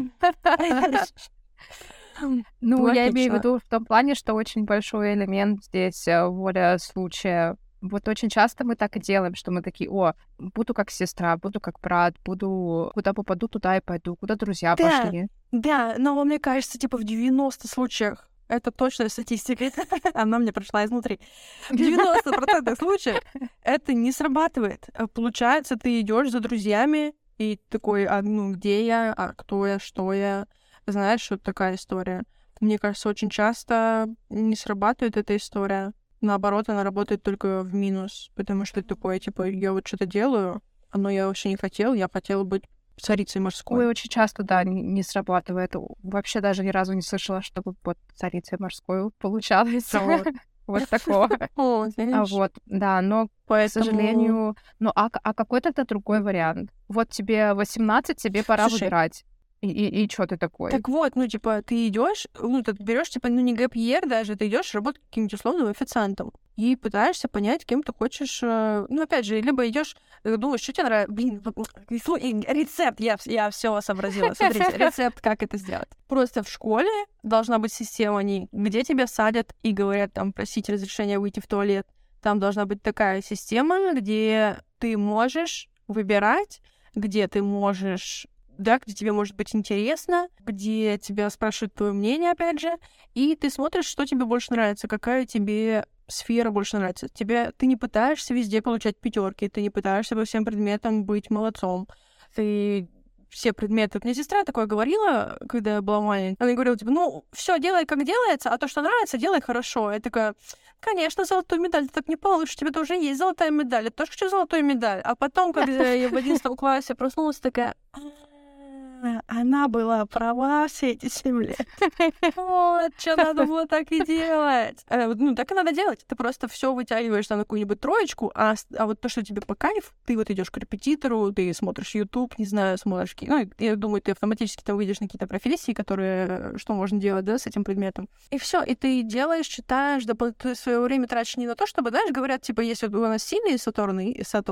[SPEAKER 2] Я имею в виду в том плане, что очень большой элемент здесь воля случая. Вот очень часто мы так и делаем, что мы такие, буду как сестра, буду как брат, буду куда попаду, туда и пойду, куда друзья пошли.
[SPEAKER 1] Да, но мне кажется, типа в 90 случаях, это точная статистика, она мне прошла изнутри, в 90% случаев это не срабатывает. Получается, ты идешь за друзьями и такой, где я, кто я, что я, знаешь, вот такая история. Мне кажется, очень часто не срабатывает эта история. Наоборот, она работает только в минус, потому что ты такой, типа, я вот что-то делаю, но я вообще не хотел, я хотела быть царицей морской.
[SPEAKER 2] Ой, очень часто, да, не срабатывает. Вообще даже ни разу не слышала, чтобы вот царицей морской получалось. Вот такого. Вот, да, но, к сожалению... Ну, а какой тогда другой вариант? Вот тебе 18, тебе пора выбирать. И что ты такой?
[SPEAKER 1] Так вот, ну, типа, ты идешь, ну, ты берешь, типа, ну, не гэп year даже, ты идешь работать каким-нибудь условным официантом и пытаешься понять, кем ты хочешь. Ну, опять же, либо идешь, думаешь, что тебе нравится. Блин, рецепт, я все сообразила. Смотрите, рецепт, как это сделать. Просто в школе должна быть система, где тебя садят и говорят, там, просить разрешения выйти в туалет. Там должна быть такая система, где ты можешь выбирать, где ты можешь... да, где тебе может быть интересно, где тебя спрашивают твое мнение, опять же, и ты смотришь, что тебе больше нравится, какая тебе сфера больше нравится. Ты не пытаешься везде получать 5, ты не пытаешься по всем предметам быть молодцом. Ты все предметы... Мне сестра такое говорила, когда я была маленькая. Она говорила, типа, ну, все делай, как делается, а то, что нравится, делай хорошо. Я такая, конечно, золотую медаль ты так не получишь, у тебя уже есть золотая медаль, я тоже хочу золотую медаль. А потом, когда я в 11 классе проснулась, такая... Она была права все эти 7 лет. Вот, что надо было так и делать. Ну, так и надо делать. Ты просто все вытягиваешь на какую-нибудь 3, а вот то, что тебе по кайфу, ты вот идешь к репетитору, ты смотришь YouTube, не знаю, смотришь... Ну, я думаю, ты автоматически там выйдешь на какие-то профессии, которые... Что можно делать, да, с этим предметом. И все, и ты делаешь, читаешь, да, ты свое время тратишь не на то, чтобы, знаешь, говорят, типа, есть вот у нас сильные стороны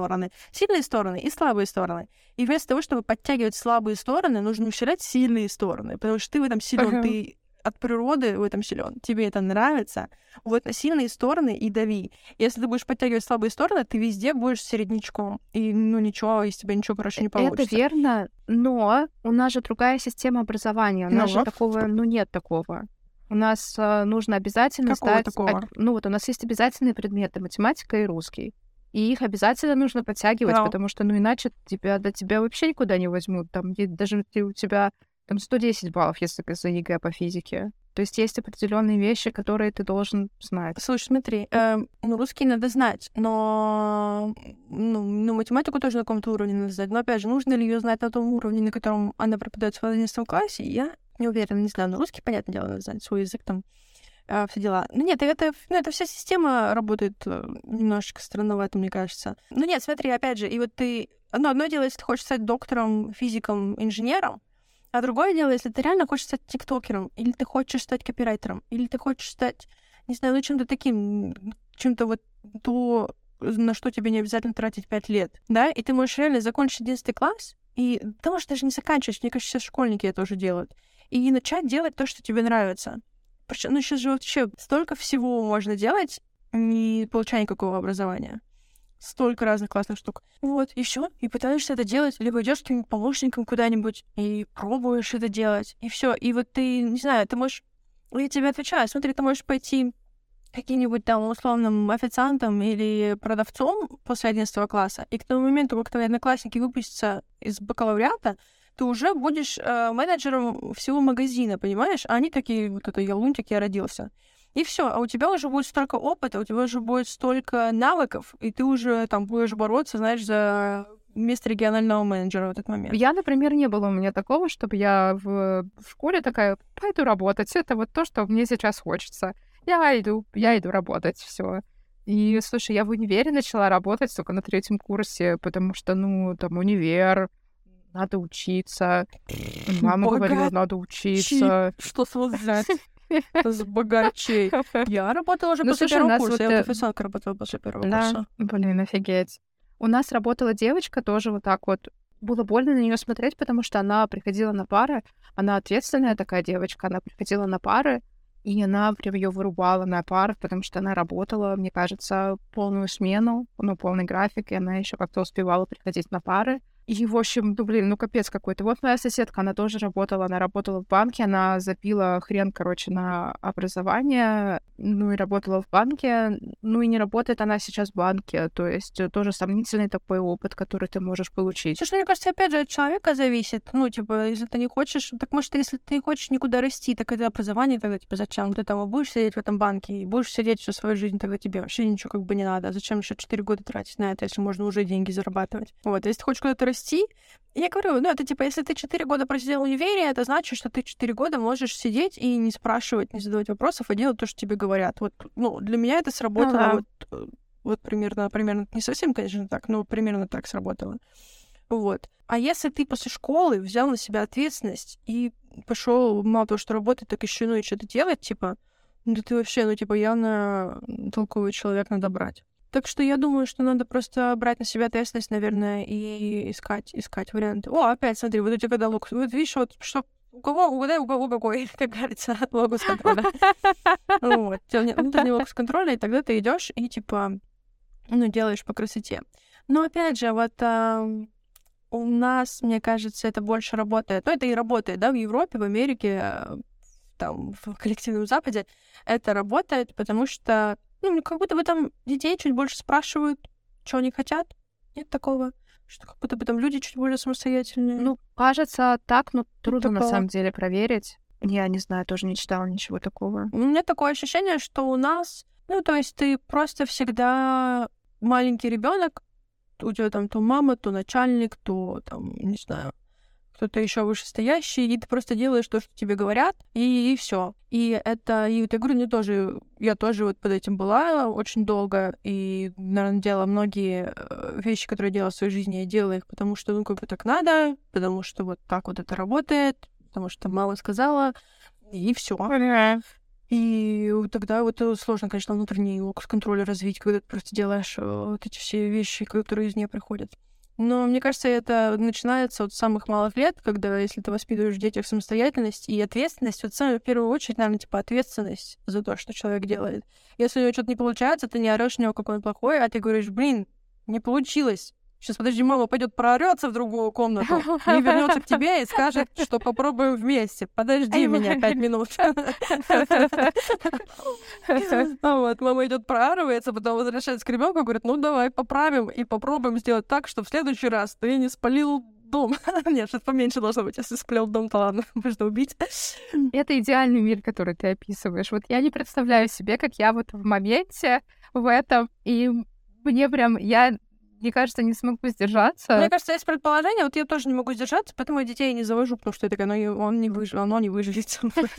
[SPEAKER 1] и слабые стороны. И вместо того, чтобы подтягивать слабые стороны, нужно усилять сильные стороны, потому что ты в этом силен, ты от природы в этом силен, тебе это нравится. Вот на сильные стороны и дави. Если ты будешь подтягивать слабые стороны, ты везде будешь середнячком. И, ну, ничего, из тебя ничего, короче, не получится.
[SPEAKER 2] Это верно, но у нас же другая система образования. У нас же такого, нет такого. У нас нужно обязательно
[SPEAKER 1] сдать... такого?
[SPEAKER 2] Ну, вот у нас есть обязательные предметы, математика и русский. И их обязательно нужно подтягивать, потому что, ну, иначе тебя вообще никуда не возьмут. Там даже у тебя там 110 баллов, если за ЕГЭ по физике. То есть есть определенные вещи, которые ты должен знать.
[SPEAKER 1] Слушай, смотри, русский надо знать, но математику тоже на каком-то уровне надо знать. Но, опять же, нужно ли ее знать на том уровне, на котором она преподается в 11 классе, я не уверена, не знаю. Но русский, понятное дело, надо знать, свой язык там, все дела. Ну нет, это вся система работает немножечко странновато, мне кажется. Ну нет, смотри, опять же, и вот ты... Одно дело, если ты хочешь стать доктором, физиком, инженером, а другое дело, если ты реально хочешь стать тиктокером, или ты хочешь стать копирайтером, или ты хочешь стать, не знаю, чем-то таким, чем-то вот то, на что тебе не обязательно тратить 5 лет, да, и ты можешь реально закончить 11 класс, и ты можешь даже не заканчивать, мне кажется, сейчас школьники это уже делают, и начать делать то, что тебе нравится. Причем, ну, сейчас же вообще столько всего можно делать, не получая никакого образования. Столько разных классных штук. Вот, и все. И пытаешься это делать, либо идешь с каким-нибудь помощником куда-нибудь и пробуешь это делать. И все. И вот ты, не знаю, ты можешь... Я тебе отвечаю, смотри, ты можешь пойти каким-нибудь там условным официантом или продавцом после 11 класса, и к тому моменту, как твои одноклассники выпустятся из бакалавриата, ты уже будешь менеджером всего магазина, понимаешь? А они такие, вот это я лунтик, я родился. И все, а у тебя уже будет столько опыта, у тебя уже будет столько навыков, и ты уже там будешь бороться, знаешь, за место регионального менеджера в этот момент.
[SPEAKER 2] Я, например, не было у меня такого, чтобы я в школе такая, пойду работать, это вот то, что мне сейчас хочется. Я иду работать, все. И, слушай, я в универе начала работать только на 3 курсе, потому что, ну, там, универ, надо учиться. Мама говорила, надо учиться.
[SPEAKER 1] Что сказать? С богачей. Я работала уже после первого курса. Я вот официантка работала после первого курса.
[SPEAKER 2] Блин, офигеть. У нас работала девочка тоже вот так вот. Было больно на нее смотреть, потому что она приходила на пары. Она ответственная такая девочка. Она приходила на пары, и она прям ее вырубала на парах, потому что она работала, мне кажется, полную смену, полный график, и она еще как-то успевала приходить на пары. И, в общем, ну, капец какой-то. Вот моя соседка, она тоже работала, она работала в банке, она забила хрен, на образование, ну, и работала в банке, ну, и не работает она сейчас в банке, то есть тоже сомнительный такой опыт, который ты можешь получить.
[SPEAKER 1] Слушай, мне кажется, опять же, от человека зависит. Ну, типа, если ты не хочешь... Так, может, если ты не хочешь никуда расти, так это образование тогда, типа, зачем? Ты там будешь сидеть в этом банке и будешь сидеть всю свою жизнь, тогда тебе вообще ничего как бы не надо. Зачем еще 4 года тратить на это, если можно уже деньги зарабатывать? Вот, если ты хочешь куда-то расти, я говорю, ну, это типа, если ты 4 года просидел в универе, это значит, что ты 4 года можешь сидеть и не спрашивать, не задавать вопросов, а делать то, что тебе говорят. Вот, ну, для меня это сработало вот примерно, не совсем, конечно, так, но примерно так сработало. Вот. А если ты после школы взял на себя ответственность и пошел мало того, что работать, так еще ну и что-то делать, типа, да ты вообще, ну, типа, явно толковый человек, надо брать. Так что я думаю, что надо просто брать на себя ответственность, наверное, и искать варианты. О, опять, смотри, вот у тебя когда локус. Вот видишь, вот что у кого какой, как говорится, от локус контроля. Вот. У тебя внутренний локус контроля, и тогда ты идешь и, типа, ну, делаешь по красоте. Но, опять же, вот у нас, мне кажется, это больше работает. Ну, это и работает, да, в Европе, в Америке, там, в коллективном Западе. Это работает, потому что ну, как будто бы там детей чуть больше спрашивают, что они хотят. Нет такого, что как будто бы там люди чуть более самостоятельные.
[SPEAKER 2] Ну, кажется, так, но трудно на самом деле проверить. Я не знаю, тоже не читала ничего такого.
[SPEAKER 1] У меня такое ощущение, что у нас, ну, то есть ты просто всегда маленький ребенок, у тебя там то мама, то начальник, то там, не знаю, кто-то еще вышестоящий, и ты просто делаешь то, что тебе говорят, и все. И это, и вот я говорю, я тоже вот под этим была очень долго, и, наверное, делала многие вещи, которые я делала в своей жизни, я делала их, потому что, ну, как бы так надо, потому что вот так вот это работает, потому что мама сказала, и все. И тогда вот сложно, конечно, внутренний локус-контроль развить, когда ты просто делаешь вот эти все вещи, которые из нее приходят. Но мне кажется, это начинается от самых малых лет, когда, если ты воспитываешь в детях самостоятельность и ответственность, вот в первую очередь, наверное, типа ответственность за то, что человек делает. Если у него что-то не получается, ты не орёшь на него, какой он плохой, а ты говоришь, блин, не получилось. Сейчас, подожди, мама пойдет проорётся в другую комнату и вернется к тебе и скажет, что попробуем вместе. Подожди меня 5 минут. Вот, мама идет проорывается, потом возвращается к ребенку и говорит, ну давай поправим и попробуем сделать так, что в следующий раз ты не спалил дом. Нет, что-то поменьше должно быть. Если спалил дом, то ладно, можно убить.
[SPEAKER 2] Это идеальный мир, который ты описываешь. Вот я не представляю себе, как я вот в моменте в этом, и мне прям, мне кажется, не смогу сдержаться.
[SPEAKER 1] Мне кажется, есть предположение, вот я тоже не могу сдержаться, поэтому я детей не завожу, потому что я такая, оно не выживет.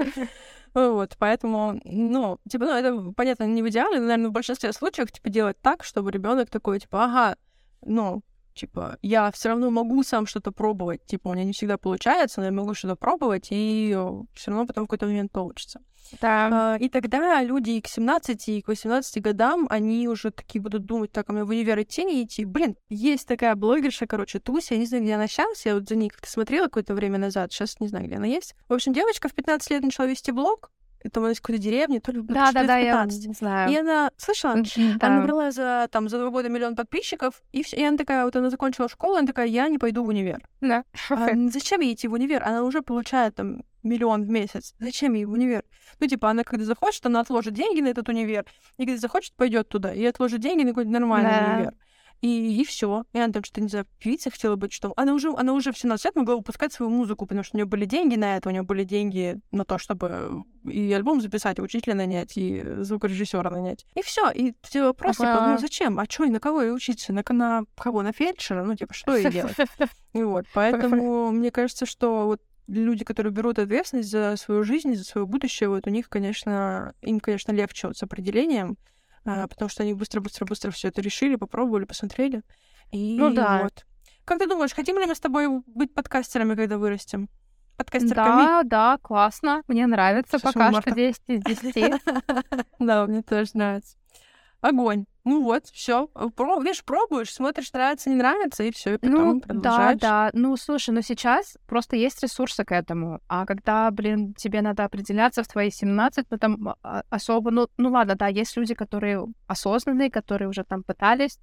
[SPEAKER 1] Вот, поэтому, ну, типа, ну, это, понятно, не в идеале, но, наверное, в большинстве случаев, типа, делать так, чтобы ребенок такой, типа, ага, ну, типа, я все равно могу сам что-то пробовать, типа, у меня не всегда получается, но я могу что-то пробовать, и все равно потом в какой-то момент получится.
[SPEAKER 2] Да.
[SPEAKER 1] И тогда люди и к 17, и к 18 годам, они уже такие будут думать, так, а мне в универ идти, не идти. Блин, есть такая блогерша, короче, Туся, я не знаю, где она сейчас, я вот за ней как-то смотрела какое-то время назад, сейчас не знаю, где она есть. В общем, девочка в 15 лет начала вести блог, это из какой-то деревни, то ли
[SPEAKER 2] да, я не знаю.
[SPEAKER 1] И она, слышала?
[SPEAKER 2] Да.
[SPEAKER 1] Она набрала за 2 года 1 миллион подписчиков, и она такая, вот она закончила школу, она такая, я не пойду в универ.
[SPEAKER 2] Да.
[SPEAKER 1] Зачем ей идти в универ? Она уже получает там 1 миллион в месяц. Зачем ей в универ? Ну, типа, она когда захочет, она отложит деньги на этот универ, и когда захочет, пойдет туда, и отложит деньги на какой-то нормальный универ. И все. И она там что-то, не знаю, певицей хотела быть, что... Она уже в 17 лет могла выпускать свою музыку, потому что у нее были деньги на это, у нее были деньги на то, чтобы и альбом записать, и учителя нанять, и звукорежиссера нанять. И все. И все вопросы, типа, ну зачем? А что, и на кого ей учиться? На кого? На фельдшера? Ну, типа, что ей делать? И вот. Поэтому мне кажется, что вот люди, которые берут ответственность за свою жизнь, за свое будущее, вот у них, конечно, легче вот с определением, потому что они быстро все это решили, попробовали, посмотрели. И
[SPEAKER 2] ну да.
[SPEAKER 1] Вот. Как ты думаешь, хотим ли мы с тобой быть подкастерами, когда вырастем? Подкастерками?
[SPEAKER 2] Да, классно. Мне нравится пока что 10 из 10.
[SPEAKER 1] Да, мне тоже нравится. Огонь. Ну вот, все. Видишь, пробуешь, смотришь, нравится, не нравится, и все, и потом продолжаешь.
[SPEAKER 2] Да. Ну, слушай, сейчас просто есть ресурсы к этому. А когда, тебе надо определяться в твои 17, ну, там особо... Ну ладно, да, есть люди, которые осознанные, которые уже там пытались,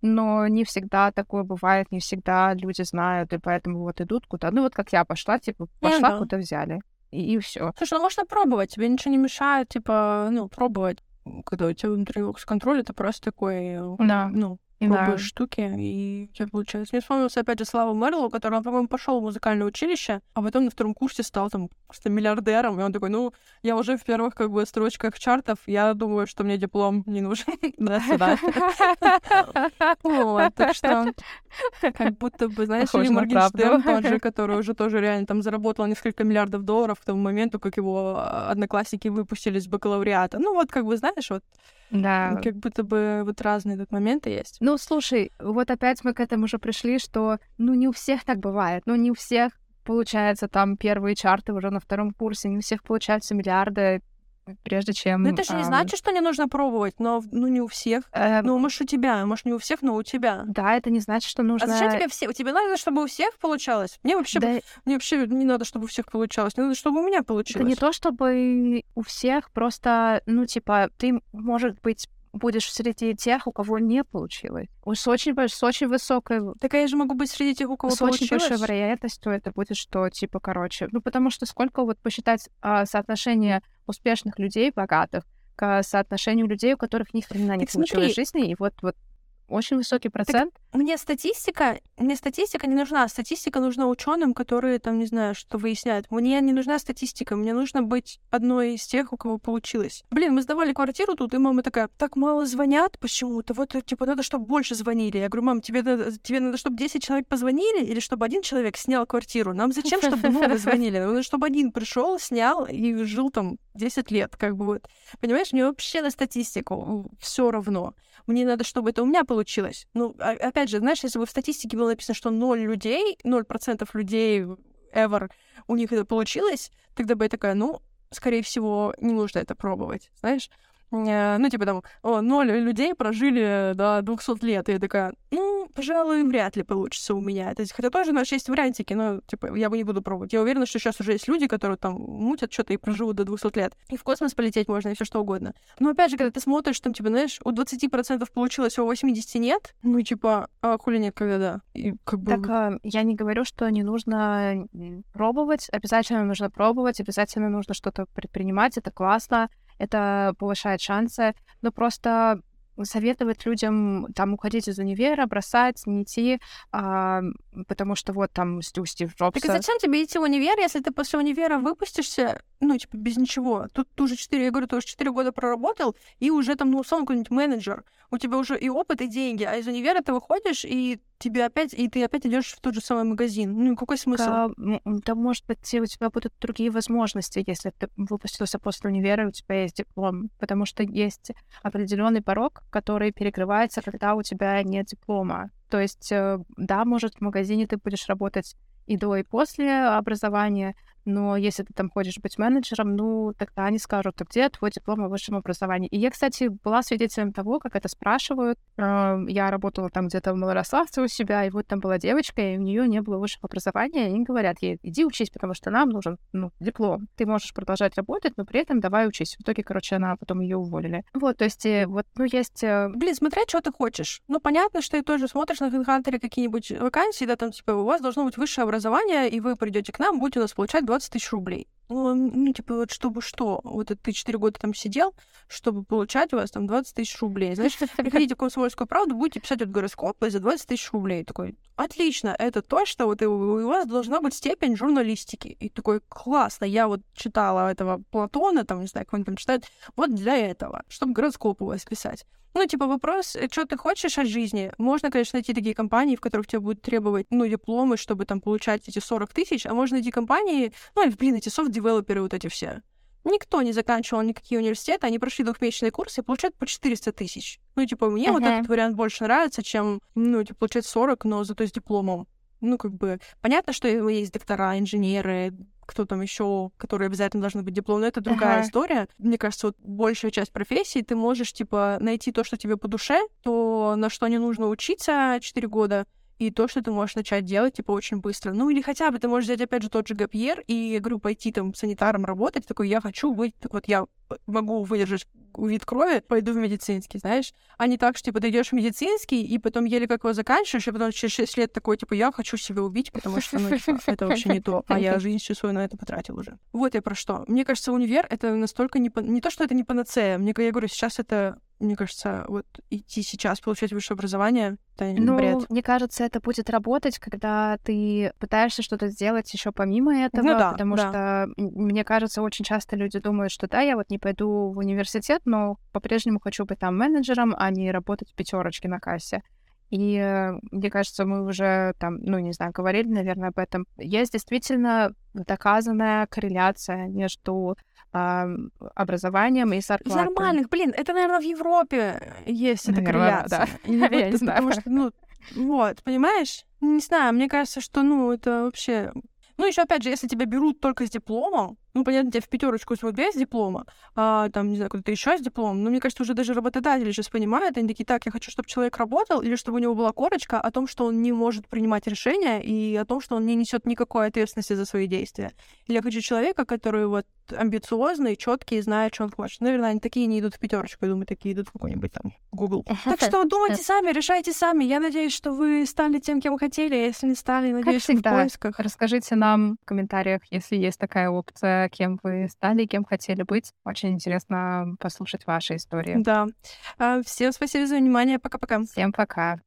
[SPEAKER 2] но не всегда такое бывает, не всегда люди знают, и поэтому вот идут куда. Ну, вот как я пошла, типа, пошла, куда взяли, и все.
[SPEAKER 1] Слушай, ну можно пробовать, тебе ничего не мешает, типа, пробовать. Когда у тебя внутренний контроль, это просто такой, пробуешь штуки, и у тебя получается. Мне вспомнился, опять же, Слава Мэрлоу, который, он, по-моему, пошел в музыкальное училише, а потом на втором курсе стал там просто миллиардером, и он такой, я уже в первых, строчках чартов, я думаю, что мне диплом не нужен. Да, сюда. Вот, так что как будто бы, знаешь, или Моргенштерн тот же, который уже тоже реально там заработал несколько миллиардов долларов к тому моменту, как его одноклассники выпустили с бакалавриата. Ну вот, знаешь, вот
[SPEAKER 2] да.
[SPEAKER 1] Как будто бы вот разные тут моменты есть.
[SPEAKER 2] Ну, слушай, вот опять мы к этому уже пришли, что, не у всех так бывает. Не у всех получается там первые чарты уже на втором курсе, не у всех получаются миллиарды, прежде чем...
[SPEAKER 1] Ну, это же не значит, что не нужно пробовать, но не у всех. Может, у тебя, может, не у всех, но у тебя.
[SPEAKER 2] Да, это не значит, что нужно...
[SPEAKER 1] А зачем тебе все? Тебе надо, чтобы у всех получалось? Мне вообще не надо, чтобы у всех получалось. Мне надо, чтобы у меня получилось.
[SPEAKER 2] Это не то, чтобы у всех, просто, ты, может быть, будешь среди тех, у кого не получилось. С очень высокой...
[SPEAKER 1] Так я же могу быть среди тех, у кого получилось.
[SPEAKER 2] С очень большой вероятностью это будет, что, потому что сколько посчитать соотношение успешных людей, богатых, к соотношению людей, у которых ни хрена не получилось в жизни, и вот очень высокий процент.
[SPEAKER 1] Так мне статистика не нужна. Статистика нужна ученым, которые там, не знаю, что выясняют. Мне не нужна статистика. Мне нужно быть одной из тех, у кого получилось. Блин, мы сдавали квартиру тут, и мама такая, так мало звонят почему-то. Вот, надо, чтобы больше звонили. Я говорю, мам, тебе надо, чтобы 10 человек позвонили, или чтобы один человек снял квартиру? Нам зачем, чтобы много звонили? Надо, чтобы один пришел, снял и жил там 10 лет, вот. Понимаешь, мне вообще на статистику все равно. Мне надо, чтобы это у меня получилось. Опять же, знаешь, если бы в статистике было написано, что 0% людей ever у них это получилось, тогда бы я такая, скорее всего, не нужно это пробовать, знаешь? 0 людей прожили до 200 лет, и я такая, пожалуй, вряд ли получится у меня. Хотя тоже у нас есть вариантики, но, я бы не буду пробовать. Я уверена, что сейчас уже есть люди, которые там мутят что-то и проживут до 200 лет. И в космос полететь можно, и все что угодно. Но, опять же, когда ты смотришь, там, знаешь, у 20% получилось, а у 80% нет, хули нет, когда да. И
[SPEAKER 2] Так, я не говорю, что не нужно пробовать. Обязательно нужно пробовать, обязательно нужно что-то предпринимать, это классно. Это повышает шансы, но просто советовать людям там уходить из универа, бросать, не идти, потому что вот там у Стив Джобса...
[SPEAKER 1] Так и зачем тебе идти в универ, если ты после универа выпустишься, без ничего? Тут ты уже 4 года проработал, и уже там, условно, какой-нибудь менеджер. У тебя уже и опыт, и деньги, а из универа ты выходишь, и ты опять идешь в тот же самый магазин. Какой смысл?
[SPEAKER 2] Да, может быть, у тебя будут другие возможности, если ты выпустился после универа, и у тебя есть диплом, потому что есть определенный порог, который перекрывается, когда у тебя нет диплома. То есть, да, может, в магазине ты будешь работать и до, и после образования, но если ты там хочешь быть менеджером, тогда они скажут, где твой диплом о высшем образовании. И я, кстати, была свидетелем того, как это спрашивают. Я работала там где-то в Малорославце у себя, и вот там была девочка, и у нее не было высшего образования, и они говорят ей, иди учись, потому что нам нужен диплом. Ты можешь продолжать работать, но при этом давай учись. В итоге, она потом ее уволили. Вот, то есть, есть...
[SPEAKER 1] Блин, смотря, что ты хочешь. Понятно, что ты тоже смотришь на HeadHunter какие-нибудь вакансии, да, там, у вас должно быть высшее образование, и вы придете к нам, будете у нас получать 20 тысяч рублей. Чтобы что? Вот ты 4 года там сидел, чтобы получать у вас там 20 тысяч рублей. Знаешь, приходите в «Комсомольскую правду», будете писать гороскопы за 20 тысяч рублей. Такой, отлично, это то, что у вас должна быть степень журналистики. И такой, классно, я читала этого Платона, там, не знаю, как он там читает, вот для этого, чтобы гороскоп у вас писать. Вопрос, что ты хочешь от жизни. Можно, конечно, найти такие компании, в которых тебе будут требовать, дипломы, чтобы там получать эти 40 тысяч, а можно найти компании, эти софт-девелоперы вот эти все. Никто не заканчивал никакие университеты, они прошли 2-месячные курсы и получают по 400 тысяч. Мне вот этот вариант больше нравится, чем, получать 40, но зато с дипломом. Понятно, что есть доктора, инженеры, кто там еще, которые обязательно должны быть диплом, но это другая история. Мне кажется, большая часть профессий ты можешь, найти то, что тебе по душе, то, на что не нужно учиться 4 года, и то, что ты можешь начать делать, типа, очень быстро. Ну, или хотя бы ты можешь взять, опять же, тот же gap year и, я говорю, пойти там санитаром работать, такой, я хочу быть, так вот, я могу выдержать вид крови, пойду в медицинский, знаешь, а не так, что, типа, ты идешь в медицинский, и потом еле как его заканчиваешь, и потом через 6 лет такой, типа, я хочу себя убить, потому что, ну, типа, это вообще не то, а я жизнь всю свою на это потратил уже. Вот я про что. Мне кажется, универ — это настолько не то, что это не панацея, я говорю, сейчас это, мне кажется, вот идти сейчас получать высшее образование — это бред.
[SPEAKER 2] Мне кажется, это будет работать, когда ты пытаешься что-то сделать еще помимо этого,
[SPEAKER 1] Ну да,
[SPEAKER 2] потому что, мне кажется, очень часто люди думают, что да, я вот не пойду в университет, но по-прежнему хочу быть там менеджером, а не работать в пятерочке на кассе. И мне кажется, мы уже там, ну, не знаю, говорили, наверное, об этом. Есть действительно доказанная корреляция между образованием и зарплатой.
[SPEAKER 1] Нормальных, блин, это, наверное, в Европе есть эта
[SPEAKER 2] Наверное,
[SPEAKER 1] корреляция.
[SPEAKER 2] да.
[SPEAKER 1] И
[SPEAKER 2] Я не знаю.
[SPEAKER 1] потому что, ну, вот, понимаешь? Не знаю, мне кажется, что, ну, это вообще... Ну, еще опять же, если тебя берут только с дипломом, ну, понятно, тебя в пятерочку возьмут без диплома, там, не знаю, куда-то еще с дипломом, но мне кажется, уже даже работодатели сейчас понимают, они такие, так, я хочу, чтобы человек работал, или чтобы у него была корочка о том, что он не может принимать решения, и о том, что он не несет никакой ответственности за свои действия. Или я хочу человека, который вот амбициозный, четкий, знает, что он хочет. Наверное, они такие не идут в пятерочку, я думаю, такие идут в какой-нибудь там Google. Так что думайте сами, решайте сами. Я надеюсь, что вы стали тем, кем хотели, а если не стали, надеюсь,
[SPEAKER 2] Как
[SPEAKER 1] вы в
[SPEAKER 2] всегда,
[SPEAKER 1] поисках.
[SPEAKER 2] расскажите нам в комментариях, если есть такая опция, кем вы стали, кем хотели быть. Очень интересно послушать ваши истории.
[SPEAKER 1] Да. Всем спасибо за внимание. Пока-пока.
[SPEAKER 2] Всем пока.